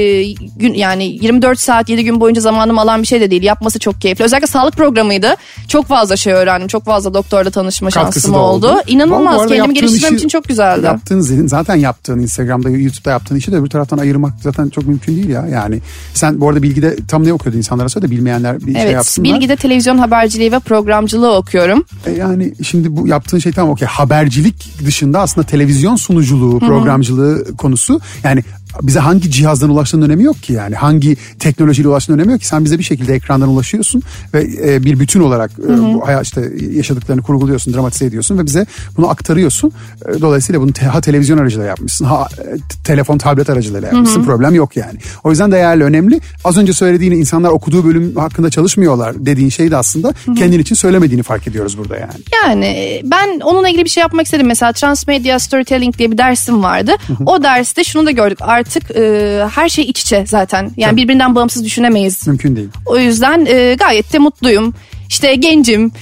yani 24 saat 7 gün boyunca zamanımı alan bir şey de değil. Yapması çok keyifli. Özellikle sağlık programıydı. Çok fazla şey öğrendim. Çok fazla doktorla tanışma şansım oldu. İnanılmaz. Kendimi geliştirmem için çok güzeldi. Zaten yaptığın Instagram'da, YouTube'da yaptığın işi de öbür taraftan ayırmak zaten çok mümkün değil ya. Yani sen bu arada Bilgi'de tam ne okuyordun, insanlara söyle de bilmeyenler bir şey yapsınlar. Evet, Bilgi'de televizyon haberciliği ve programcılığı okuyorum. Yani şimdi bu yaptığın şey tamam okey. Habercilik dışında aslında televizyon sunuculuğu, programcılığı konusu. Yani bize hangi cihazdan ulaştığının önemi yok ki yani. Hangi teknolojiyle ulaştığının önemi yok ki. Sen bize bir şekilde ekrandan ulaşıyorsun ve bir bütün olarak bu işte yaşadıklarını kurguluyorsun, dramatize ediyorsun ve bize bunu aktarıyorsun. Dolayısıyla bunu televizyon aracılığıyla yapmışsın. Telefon, tablet aracılığıyla yapmışsın. Problem yok yani. O yüzden değerli, önemli. Az önce söylediğini, insanlar okuduğu bölüm hakkında çalışmıyorlar dediğin şeyi de aslında kendin için söylemediğini fark ediyoruz burada yani. Yani ben onunla ilgili bir şey yapmak istedim. Mesela Transmedia Storytelling diye bir dersim vardı. O derste şunu da gördük. Artık her şey iç içe zaten. Yani birbirinden bağımsız düşünemeyiz. Mümkün değil. O yüzden gayet de mutluyum. İşte gencim.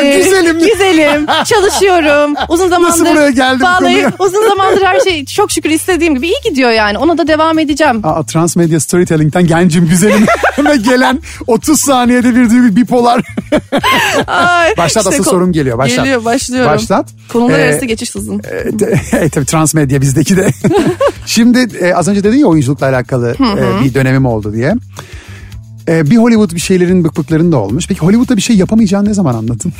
Güzelim. Çalışıyorum. Uzun zamandır. Nasıl buraya geldim konuya? Uzun zamandır her şey çok şükür istediğim gibi iyi gidiyor yani. Ona da devam edeceğim. Transmedia Storytelling'den gencim, güzelim ve gelen 30 saniyede bir bipolar. Başlat, asıl sorum geliyor. Başlıyorum. Başlat. Konular arası geçiş hızım. Tabii Transmedia bizdeki de. Şimdi az önce dedin ya oyunculukla alakalı bir dönemim oldu diye. Bir Hollywood bir şeylerin bıkbıkların da olmuş. Peki Hollywood'da bir şey yapamayacağını ne zaman anladın?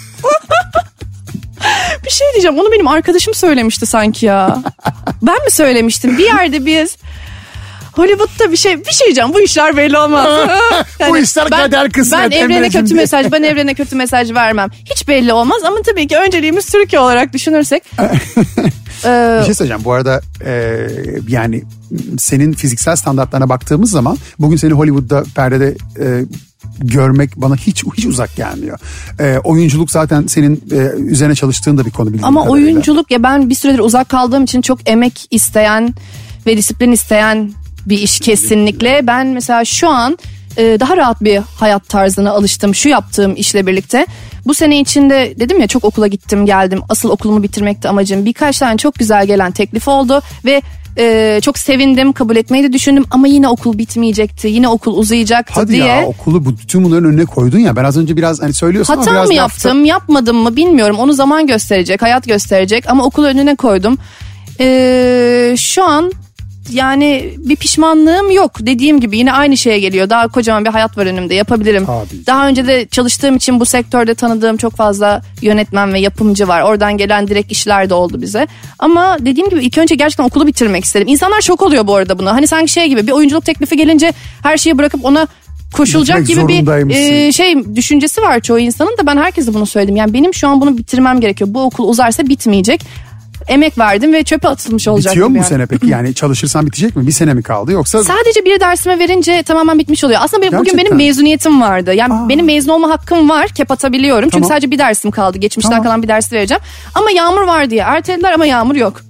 Bir şey diyeceğim, onu benim arkadaşım söylemişti sanki ya. Ben mi söylemiştim? Bir yerde biz Hollywood'da bir şey diyeceğim, bu işler belli olmaz. Yani bu işler kader kısmet. Ben evrene kötü mesaj vermem. Hiç belli olmaz ama tabii ki önceliğimiz Türkiye olarak düşünürsek. Bir şey söyleyeceğim bu arada, yani senin fiziksel standartlarına baktığımız zaman bugün seni Hollywood'da perdede görmek bana hiç uzak gelmiyor. Oyunculuk zaten senin üzerine çalıştığın da bir konu bildiğim ama kadarıyla. Oyunculuk ya, ben bir süredir uzak kaldığım için çok emek isteyen ve disiplin isteyen bir iş kesinlikle. Ben mesela şu an daha rahat bir hayat tarzına alıştım şu yaptığım işle birlikte. Bu sene içinde dedim ya, çok okula gittim geldim. Asıl okulumu bitirmekti amacım. Birkaç tane çok güzel gelen teklif oldu ve çok sevindim, kabul etmeyi de düşündüm ama yine okul bitmeyecekti, yine okul uzayacaktı hadi diye. Hadi ya, okulu bütün bunların önüne koydun ya, ben az önce biraz hani söylüyorsun ama biraz hata mı yaptım, yapmadım mı bilmiyorum, onu zaman gösterecek, hayat gösterecek ama okulu önüne koydum. Şu an yani bir pişmanlığım yok. Dediğim gibi yine aynı şeye geliyor. Daha kocaman bir hayat var önümde, yapabilirim. Tabii. Daha önce de çalıştığım için bu sektörde tanıdığım çok fazla yönetmen ve yapımcı var. Oradan gelen direkt işler de oldu bize. Ama dediğim gibi ilk önce gerçekten okulu bitirmek istedim. İnsanlar şok oluyor bu arada buna. Hani sanki şey gibi, bir oyunculuk teklifi gelince her şeyi bırakıp ona koşulacak gibi bir şey düşüncesi var çoğu insanın da. Ben herkese bunu söyledim. Yani benim şu an bunu bitirmem gerekiyor. Bu okul uzarsa bitmeyecek. Emek verdim ve çöpe atılmış olacak. Bitiyor mu bu yani. sene peki? Yani çalışırsan bitecek mi? Bir sene mi kaldı yoksa? Sadece bir dersime verince tamamen bitmiş oluyor. Aslında bugün Gerçekten. benim mezuniyetim vardı. Yani benim mezun olma hakkım var. Kep atabiliyorum. Çünkü sadece bir dersim kaldı. Geçmişten kalan bir dersi vereceğim. Ama yağmur var diye ertelediler ama yağmur yok.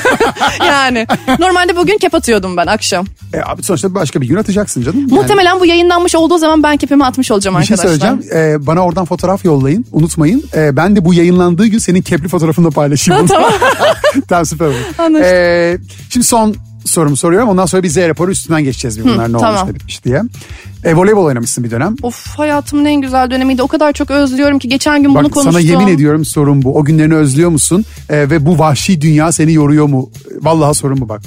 Yani normalde bugün kep atıyordum ben akşam. Abi sonuçta başka bir gün atacaksın canım. Yani... Muhtemelen bu yayınlanmış olduğu zaman ben kepimi atmış olacağım bir arkadaşlar. Bir şey söyleyeceğim. Bana oradan fotoğraf yollayın. Unutmayın. Ben de bu yayınlandığı gün senin kepli fotoğrafını da paylaşayım. Tamam. Tamam, süper olur. Anlaştık. Şimdi son sorumu soruyorum. Ondan sonra bir Z raporu üstünden geçeceğiz. Bunlar ne olmuş ne bitmiş diye. Voleybol oynamışsın bir dönem. Of, hayatımın en güzel dönemiydi. O kadar çok özlüyorum ki geçen gün bunu konuştum. Sana yemin ediyorum sorun bu. O günlerini özlüyor musun? Ve bu vahşi dünya seni yoruyor mu? Vallahi sorun bu bak.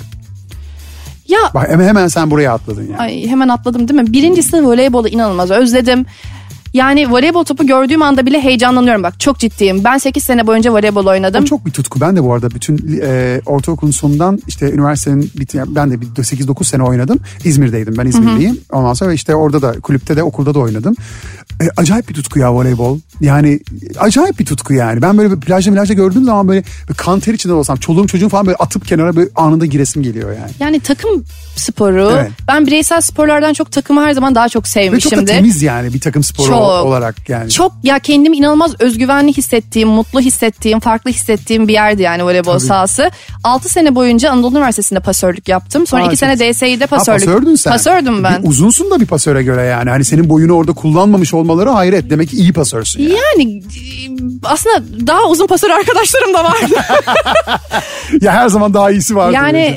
Ya bak hemen sen buraya atladın yani. Ay, hemen atladım değil mi? Birincisi voleybolu inanılmaz özledim. Yani voleybol topu gördüğüm anda bile heyecanlanıyorum, bak çok ciddiyim. Ben 8 sene boyunca voleybol oynadım. O çok bir tutku. Ben de bu arada bütün ortaokulun sonundan işte üniversitenin ben de 8-9 sene oynadım. İzmir'deydim, ben İzmirliyim. Ondan sonra işte orada da kulüpte de okulda da oynadım. Acayip bir tutku ya voleybol. Yani acayip bir tutku yani. Ben böyle plajda gördüğüm zaman böyle kan ter içinde olsam, çoluğum çocuğum falan böyle atıp kenara böyle anında giresim geliyor yani. Yani takım sporu. Evet. Ben bireysel sporlardan çok takımı her zaman daha çok sevmişimdir. Ve çok da temiz yani bir takım sporu olarak yani. Çok ya, kendimi inanılmaz özgüvenli hissettiğim, mutlu hissettiğim, farklı hissettiğim bir yerdi yani voleybol sahası. 6 sene boyunca Anadolu Üniversitesi'nde pasörlük yaptım. Sonra 2 sene DSİ'de pasörlük. Pasördün sen. Pasördüm ben. Uzunsun da bir pasöre göre yani. Hani senin boyunu orada kullanmamış olmaları hayret. Demek ki iyi pasörsün yani. Yani aslında daha uzun pasör arkadaşlarım da vardı. Ya her zaman daha iyisi vardı. Yani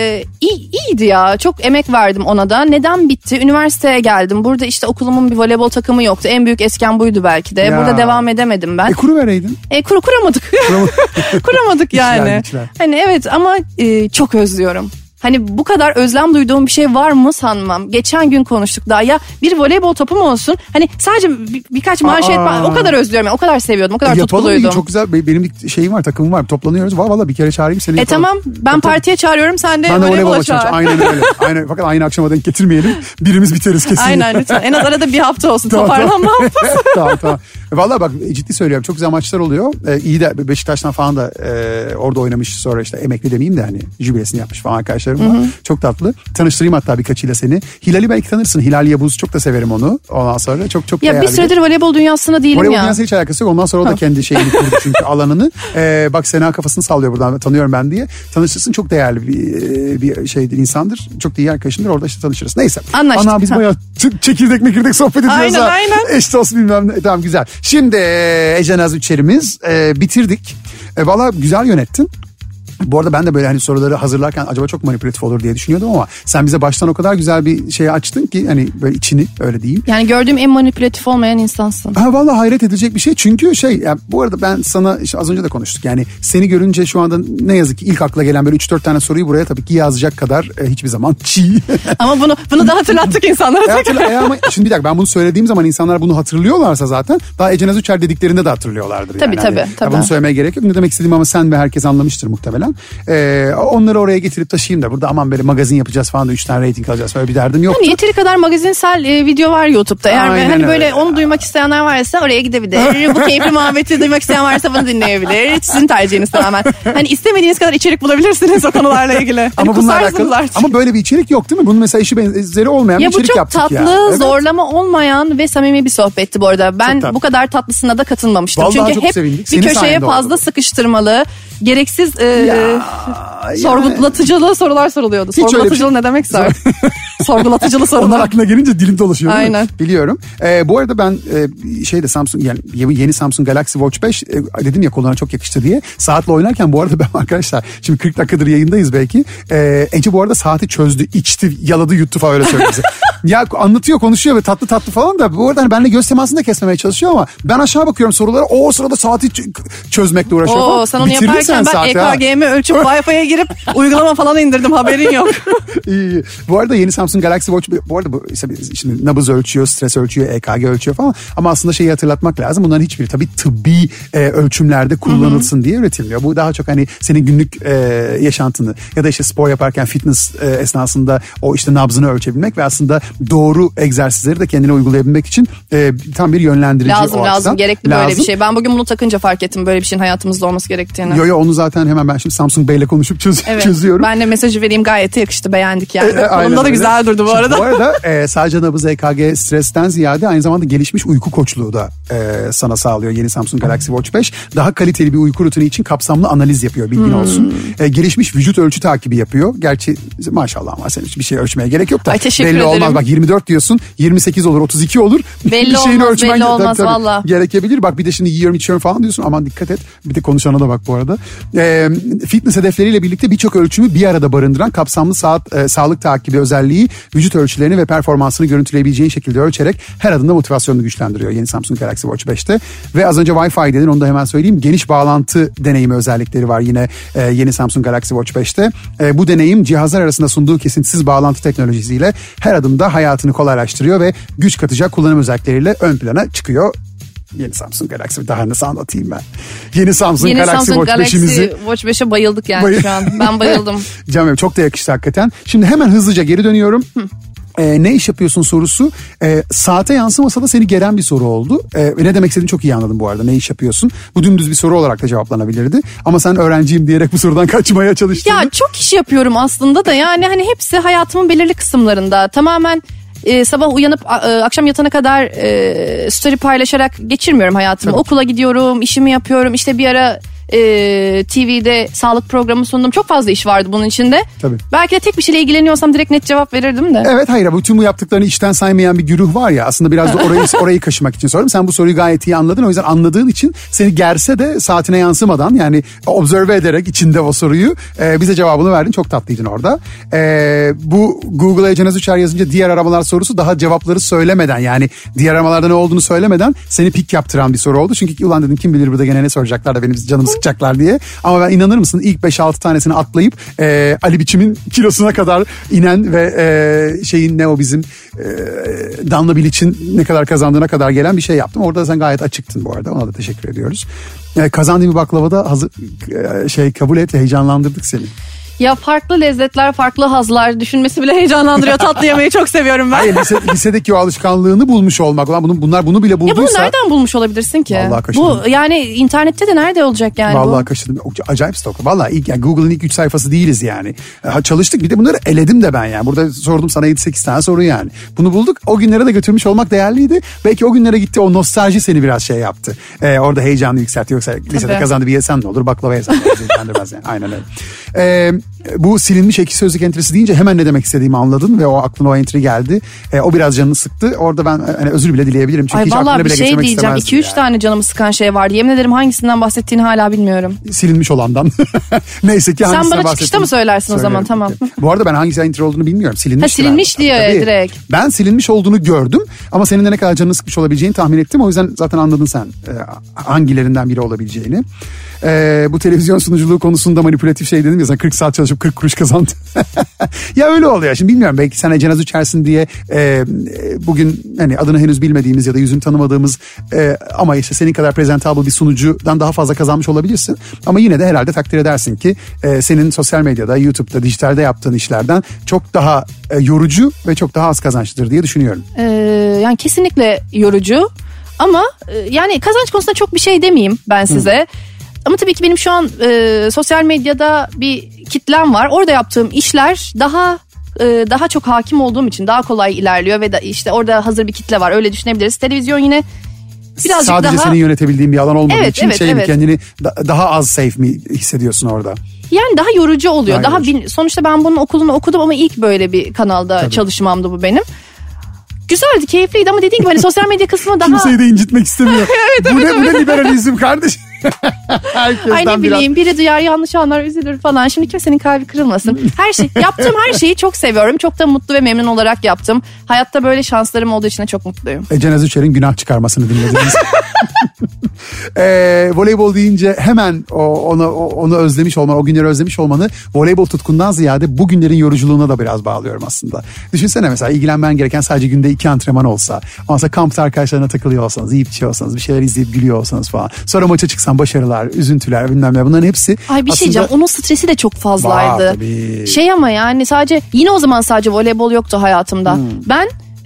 iyiydi ya. Çok emek verdim ona da. Neden bitti? Üniversiteye geldim. Burada işte okulumun bir voleybol takımı yoktu. En büyük esken buydu belki de. Ya. Burada devam edemedim ben. Kuru vereydin. Kuramadık. Kuramadık yani. İçler. Hani evet ama çok özlüyorum. Hani bu kadar özlem duyduğum bir şey var mı sanmam. Geçen gün konuştuk daha, ya bir voleybol topu mu olsun? Hani sadece birkaç manşet o kadar özlüyorum. Yani. O kadar seviyordum. O kadar tutkuluydum. Yapalım, çok güzel. Benim bir şeyim var, takımım var. Toplanıyoruz. Valla bir kere çağırayım seni. Tamam, ben partiye çağırıyorum, sen de voleybola çağır. Aynen öyle. Aynen. Fakat aynı akşama denk getirmeyelim. Birimiz biteriz kesin. Aynen, lütfen. En az arada bir hafta olsun. Toparlanma haftası. Tamam. Valla bak ciddi söylüyorum. Çok güzel maçlar oluyor. İyi de Beşiktaş'tan falan da orada oynamış, sonra işte emekli demeyeyim de hani jübilesini yapmış falan arkadaşlarım var. Çok tatlı. Tanıştırayım hatta birkaçıyla seni. Hilal'i belki tanırsın. Hilal Yavuz, çok da severim onu. Ondan sonra çok ya değerli. Bir süredir voleybol dünyasında değilim voleybol ya. dünyasıyla hiç alakası yok. Ondan sonra o da kendi şeyini kurdu çünkü alanını. Bak Sena kafasını sallıyor buradan, tanıyorum ben diye. Tanışırsın, çok değerli bir şeydir, insandır. Çok da iyi arkadaşımdır. Orada işte tanışırız. Neyse. Anlaştık. Ana biz bayağı çekirdek sohbet ediyoruz. Aynen. Eş dost bilmem ne. Tamam, güzel. Şimdi Ece Naz Üçer'imiz bitirdik. Valla güzel yönettin. Bu arada ben de böyle hani soruları hazırlarken acaba çok manipülatif olur diye düşünüyordum ama sen bize baştan o kadar güzel bir şey açtın ki hani böyle içini, öyle diyeyim. Yani gördüğüm en manipülatif olmayan insansın. Vallahi hayret edecek bir şey çünkü yani bu arada ben sana işte az önce de konuştuk, yani seni görünce şu anda ne yazık ki ilk akla gelen böyle 3-4 tane soruyu buraya tabii ki yazacak kadar hiçbir zaman çiğ. Ama bunu da hatırlattık insanlara. Ama şimdi bir dakika, ben bunu söylediğim zaman insanlar bunu hatırlıyorlarsa zaten daha Ece Naz Üçer dediklerinde de hatırlıyorlardır. Tabii. Bunu söylemeye gerek yok. Ne demek istediğimi ama sen ve herkes anlamıştır muhtemelen. Onları oraya getirip taşıyayım da burada aman böyle magazin yapacağız falan da 3 tane reyting alacağız, böyle bir derdim yoktu. Yani yeteri kadar magazinsel video var YouTube'da. Eğer hani öyle. böyle onu duymak isteyenler varsa oraya gidebilir. Bu keyifli muhabbeti duymak isteyen varsa bunu dinleyebilir. Sizin tercihiniz tamamen. Hani istemediğiniz kadar içerik bulabilirsiniz o konularla ilgili. Hani ama bununla alakalı. Artık. Ama böyle bir içerik yok değil mi? Bunun mesela işi benzeri olmayan bir içerik yaptık ya. Bu çok tatlı, zorlama olmayan ve samimi bir sohbetti bu arada. Ben bu kadar tatlısına da katılmamıştım. Vallahi çünkü çok hep sevindik. bir köşeye fazla sıkıştırmalı, gereksiz sorgulatıcılı sorular soruluyordu. Sorgulatıcılı ne demekse. Sorgulatıcılı sorular. Onlar aklına gelince dilim dolaşıyor. Aynen. Biliyorum. Bu arada ben Samsung, yani yeni Samsung Galaxy Watch 5 dedim ya koluna çok yakıştı diye. Saatle oynarken bu arada ben arkadaşlar şimdi 40 dakikadır yayındayız belki. Ece bu arada saati çözdü, içti, yaladı, yuttu falan, öyle söyledi bize. Ya anlatıyor, konuşuyor ve tatlı falan da bu arada hani benimle göz temasını da kesmemeye çalışıyor ama ben aşağı bakıyorum sorulara, o sırada saati çözmekle uğraşıyor falan. Sen onu yaparken ben EKG'mi ölçüp Wi-Fi'ye girip uygulama falan indirdim, haberin yok. İyi. Bu arada yeni Samsung Galaxy Watch, bu arada bu şimdi nabız ölçüyor, stres ölçüyor, EKG ölçüyor falan, ama aslında şeyi hatırlatmak lazım. Bunların hiçbiri tabii tıbbi ölçümlerde kullanılsın diye üretilmiyor. Bu daha çok hani senin günlük yaşantını ya da işte spor yaparken fitness esnasında o işte nabzını ölçebilmek ve aslında doğru egzersizleri de kendine uygulayabilmek için tam bir yönlendirici o lazım. Gerekli böyle bir şey. Ben bugün bunu takınca fark ettim böyle bir şeyin hayatımızda olması gerektiğini. Yo onu zaten hemen ben şimdi Samsung Bey'le konuşup çözüyorum. Ben de mesajı vereyim, gayet yakıştı, beğendik yani. Kolumda da güzel durdu bu arada. Bu arada sadece nabız, EKG, stresten ziyade aynı zamanda gelişmiş uyku koçluğu da sana sağlıyor yeni Samsung Galaxy Watch 5. Daha kaliteli bir uyku rutini için kapsamlı analiz yapıyor, bilgin olsun. Gelişmiş vücut ölçü takibi yapıyor. Gerçi maşallah ama senin bir şey ölçmeye gerek yok da. Ay, teşekkür belli ederim. Olmaz. Bak 24 diyorsun, 28 olur, 32 olur. Belli olmaz valla. Gerekebilir. Bak bir de şimdi yiyorum içiyorum falan diyorsun, aman dikkat et. Bir de konuşana da bak bu arada. Fitness hedefleriyle birlikte birçok ölçümü bir arada barındıran kapsamlı sağlık takibi özelliği vücut ölçülerini ve performansını görüntüleyebileceğin şekilde ölçerek her adımda motivasyonunu güçlendiriyor yeni Samsung Galaxy Watch 5'te. Ve az önce Wi-Fi dedin, onu da hemen söyleyeyim. Geniş bağlantı deneyimi özellikleri var yine yeni Samsung Galaxy Watch 5'te. Bu deneyim cihazlar arasında sunduğu kesintisiz bağlantı teknolojisiyle her adımda hayatını kolaylaştırıyor ve güç katacak kullanım özellikleriyle ön plana çıkıyor. Yeni Samsung Galaxy, daha nasıl anlatayım ben? Yeni Samsung Galaxy Watch 5'imizi... Watch 5'e bayıldık yani şu an. Ben bayıldım. Canım çok da yakıştı hakikaten. Şimdi hemen hızlıca geri dönüyorum. Ne iş yapıyorsun sorusu saate yansımasa da seni geren bir soru oldu. Ne demek istediğini çok iyi anladım bu arada. Ne iş yapıyorsun? Bu dümdüz bir soru olarak da cevaplanabilirdi. Ama sen öğrenciyim diyerek bu sorudan kaçmaya çalıştın. Ya çok iş yapıyorum aslında da, yani hani hepsi hayatımın belirli kısımlarında. Tamamen sabah uyanıp akşam yatana kadar story paylaşarak geçirmiyorum hayatımı. Tabii. Okula gidiyorum, işimi yapıyorum. İşte bir ara TV'de sağlık programı sundum. Çok fazla iş vardı bunun içinde. Tabii. Belki de tek bir şeyle ilgileniyorsam direkt net cevap verirdim de. Evet, hayır, bütün bu yaptıklarını işten saymayan bir güruh var ya, aslında biraz da orayı kaşımak için sordum. Sen bu soruyu gayet iyi anladın. O yüzden anladığın için seni gerse de saatine yansımadan, yani observe ederek içinde o soruyu bize cevabını verdin. Çok tatlıydın orada. Bu Google'a Cenaz Uçar yazınca diğer aramalar sorusu daha cevapları söylemeden, yani diğer aramalarda ne olduğunu söylemeden seni pik yaptıran bir soru oldu. Çünkü ulan dedim kim bilir burada gene ne soracaklar da benim canımı sıkacaklar diye. Ama ben inanır mısın ilk 5-6 tanesini atlayıp Ali Biçim'in kilosuna kadar inen ve şeyin ne o bizim Danla Bilic'in ne kadar kazandığına kadar gelen bir şey yaptım. Orada sen gayet açıktın bu arada. Ona da teşekkür ediyoruz. Kazandığın bir baklavada kabul et, heyecanlandırdık seni. Ya farklı lezzetler, farklı hazlar düşünmesi bile heyecanlandırıyor. Tatlı yemeyi çok seviyorum ben. Hayır, lisedeki o alışkanlığını bulmuş olmak. Bunlar bunu bile bulduysa. Ya bunu nereden bulmuş olabilirsin ki? Vallahi kaşındım. Bu yani internette de nerede olacak yani? Vallahi kaşındım. Acayip stok. Vallahi yani Google'ın ilk 3 sayfası değiliz yani. Çalıştık, bir de bunları eledim de ben yani. Burada sordum sana 7-8 tane soru yani. Bunu bulduk. O günlere de götürmüş olmak değerliydi. Belki o günlere gitti, o nostalji seni biraz şey yaptı. Orada heyecanı yükseltti. Yoksa lisede kazandı bir yesen ne olur? Baklava yesen ne olur? Yani. Aynen öyle. Bu silinmiş ekşi sözlük entrisi deyince hemen ne demek istediğimi anladın ve o aklına o entry geldi. O biraz canını sıktı. Orada ben özür bile dileyebilirim. Çünkü hiç aklına bile geçirmek istemezdim. Vallahi bir şey diyeceğim. 2-3 tane canımı sıkan şey vardı. Yemin ederim hangisinden bahsettiğini hala bilmiyorum. Silinmiş olandan. Neyse ki hangisinden bahsettiğini. Sen bana çıkışta mı söylersin o zaman? Tamam. Bu arada ben hangisi entry olduğunu bilmiyorum. Silinmiş diyor direkt. Ben silinmiş olduğunu gördüm ama senin de ne kadar canını sıkmış olabileceğini tahmin ettim. O yüzden zaten anladın sen hangilerinden biri olabileceğini. Bu televizyon sunuculuğu konusunda manipülatif şey dedim ya, sen 40 saat çalışıp 40 kuruş kazandın. Ya öyle oluyor. Şimdi bilmiyorum, belki sen Cenaz Uçersin diye bugün hani adını henüz bilmediğimiz ya da yüzünü tanımadığımız ama işte senin kadar presentable bir sunucudan daha fazla kazanmış olabilirsin. Ama yine de herhalde takdir edersin ki senin sosyal medyada, YouTube'da, dijitalde yaptığın işlerden çok daha yorucu ve çok daha az kazançlıdır diye düşünüyorum. Yani kesinlikle yorucu ama yani kazanç konusunda çok bir şey demeyeyim ben size. Ama tabii ki benim şu an sosyal medyada bir kitlem var. Orada yaptığım işler daha çok hakim olduğum için daha kolay ilerliyor ve işte orada hazır bir kitle var. Öyle düşünebiliriz. Televizyon yine birazcık sadece senin yönetebildiğin bir alan olmadığı için evet. Kendini daha az safe mi hissediyorsun orada? Yani daha yorucu oluyor. Daha sonuçta ben bunun okulunu okudum ama ilk böyle bir kanalda çalışmamdı bu benim. Güzeldi, keyifliydi ama dediğim gibi hani sosyal medya kısmı daha... Kimseyi de incitmek istemiyor. evet, bu ne liberalizm kardeşim? Ay ne bileyim biri duyar yanlış anlar üzülür falan. Şimdi kimsenin kalbi kırılmasın. Yaptığım her şeyi çok seviyorum. Çok da mutlu ve memnun olarak yaptım. Hayatta böyle şanslarım olduğu için de çok mutluyum. Ece Naz Üçer'in günah çıkarmasını dinlediniz. Voleybol deyince hemen onu özlemiş olman, o günleri özlemiş olmanı voleybol tutkundan ziyade bu günlerin yoruculuğuna da biraz bağlıyorum aslında. Düşünsene mesela ilgilenmen gereken sadece günde 2 antrenman olsa. Ondan sonra kampta arkadaşlarına takılıyor olsanız, yiyip içiyorsanız, bir şeyler izleyip gülüyor olsanız falan. Sonra maça çıksan başarılar, üzüntüler bilmem ne bunların hepsi. Ay bir şey diyeceğim, onun stresi de çok fazlaydı. Ama yani yine o zaman sadece voleybol yoktu hayatımda. Ben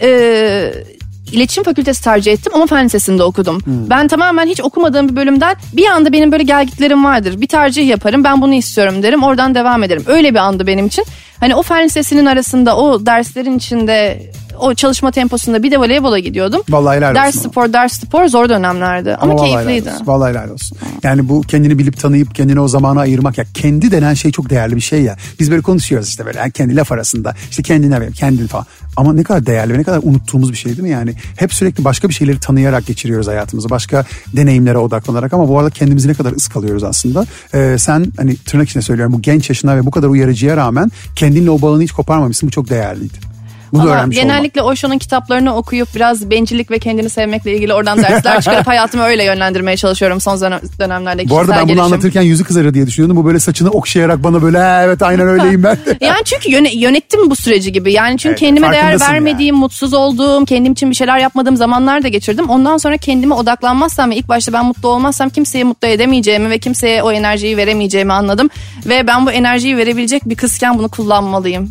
İletişim Fakültesi tercih ettim ama Fen Lisesi'nde okudum. Ben tamamen hiç okumadığım bir bölümden bir anda benim böyle gelgitlerim vardır. Bir tercih yaparım, ben bunu istiyorum derim, oradan devam ederim. Öyle bir andı benim için. Hani o Fen Lisesi'nin arasında, o derslerin içinde, o çalışma temposunda bir de voleybola gidiyordum. Vallahi helal olsun. Ders spor zor dönemlerdi ama keyifliydi. Vallahi helal olsun. Yani bu kendini bilip tanıyıp kendine o zamana ayırmak, ya kendi denen şey çok değerli bir şey ya. Biz böyle konuşuyoruz işte böyle yani kendi laf arasında işte kendine ver, kendin falan. Ama ne kadar değerli ve ne kadar unuttuğumuz bir şey değil mi yani? Hep sürekli başka bir şeyleri tanıyarak geçiriyoruz hayatımızı. Başka deneyimlere odaklanarak ama bu arada kendimizi ne kadar ıskalıyoruz aslında. Sen hani tırnak içinde söylüyorum bu genç yaşına ve bu kadar uyarıcıya rağmen kendinle o bağını hiç koparmamışsın. Bu çok değerliydi. Genellikle Osho'nun kitaplarını okuyup biraz bencillik ve kendini sevmekle ilgili oradan dersler çıkarıp hayatımı öyle yönlendirmeye çalışıyorum son dönemlerde. Bu arada ben bunu anlatırken yüzü kızarır diye düşünüyordum. Bu böyle saçını okşayarak bana böyle evet aynen öyleyim ben. Yani çünkü yönettim bu süreci gibi. Yani çünkü kendime değer vermediğim, mutsuz olduğum, kendim için bir şeyler yapmadığım zamanlar da geçirdim. Ondan sonra kendime odaklanmazsam ve ilk başta ben mutlu olmazsam kimseyi mutlu edemeyeceğimi ve kimseye o enerjiyi veremeyeceğimi anladım. Ve ben bu enerjiyi verebilecek bir kızken bunu kullanmalıyım.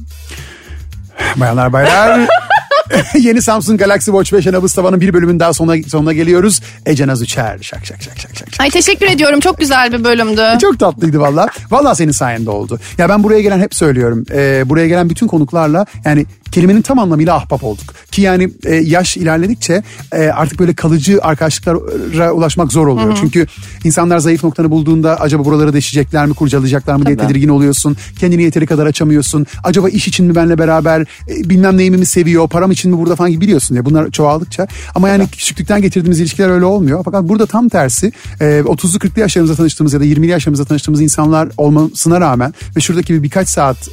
Bayanlar baylar yeni Samsung Galaxy Watch 5 Nabız Tavan'ın bir bölümün daha sonuna geliyoruz. Ece Naz Üçer. Şak. Ay teşekkür ediyorum. Çok güzel bir bölümdü. Çok tatlıydı valla. Valla senin sayende oldu. Ya ben buraya gelen hep söylüyorum. Buraya gelen bütün konuklarla yani kelimenin tam anlamıyla ahbap olduk. Ki yani yaş ilerledikçe artık böyle kalıcı arkadaşlıklara ulaşmak zor oluyor. Hı-hı. Çünkü insanlar zayıf noktanı bulduğunda acaba buraları deşecekler mi, kurcalayacaklar mı diye tedirgin oluyorsun. Kendini yeteri kadar açamıyorsun. Acaba iş için mi benimle beraber bilmem neyimi mi seviyor, param için mi burada falan gibi biliyorsun ya. Bunlar çoğaldıkça. Ama yani küçüklükten getirdiğimiz ilişkiler öyle olmuyor. Fakat burada tam tersi 30'lu 40'lı yaşlarımızda tanıştığımız ya da 20'li yaşlarımızda tanıştığımız insanlar olmasına rağmen ve şuradaki birkaç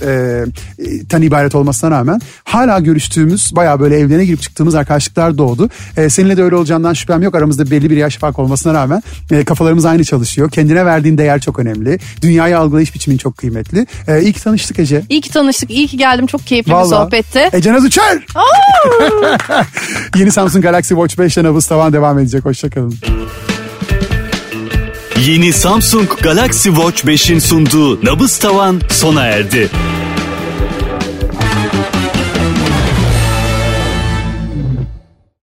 saatten ibaret olmasına rağmen hala görüştüğümüz bayağı böyle evlerine girip çıktığımız arkadaşlıklar doğdu. Seninle de öyle olacağından şüphem yok. Aramızda belli bir yaş farkı olmasına rağmen kafalarımız aynı çalışıyor. Kendine verdiğin değer çok önemli. Dünyayı algılayış biçimin çok kıymetli. İyi ki tanıştık Ece. İyi ki tanıştık. İyi ki geldim. Çok keyifli bir sohbetti. Ece Naz Üçer. Yeni Samsung Galaxy Watch 5'le Nabız Tavan devam edecek. Hoşçakalın. Yeni Samsung Galaxy Watch 5'in sunduğu Nabız Tavan sona erdi.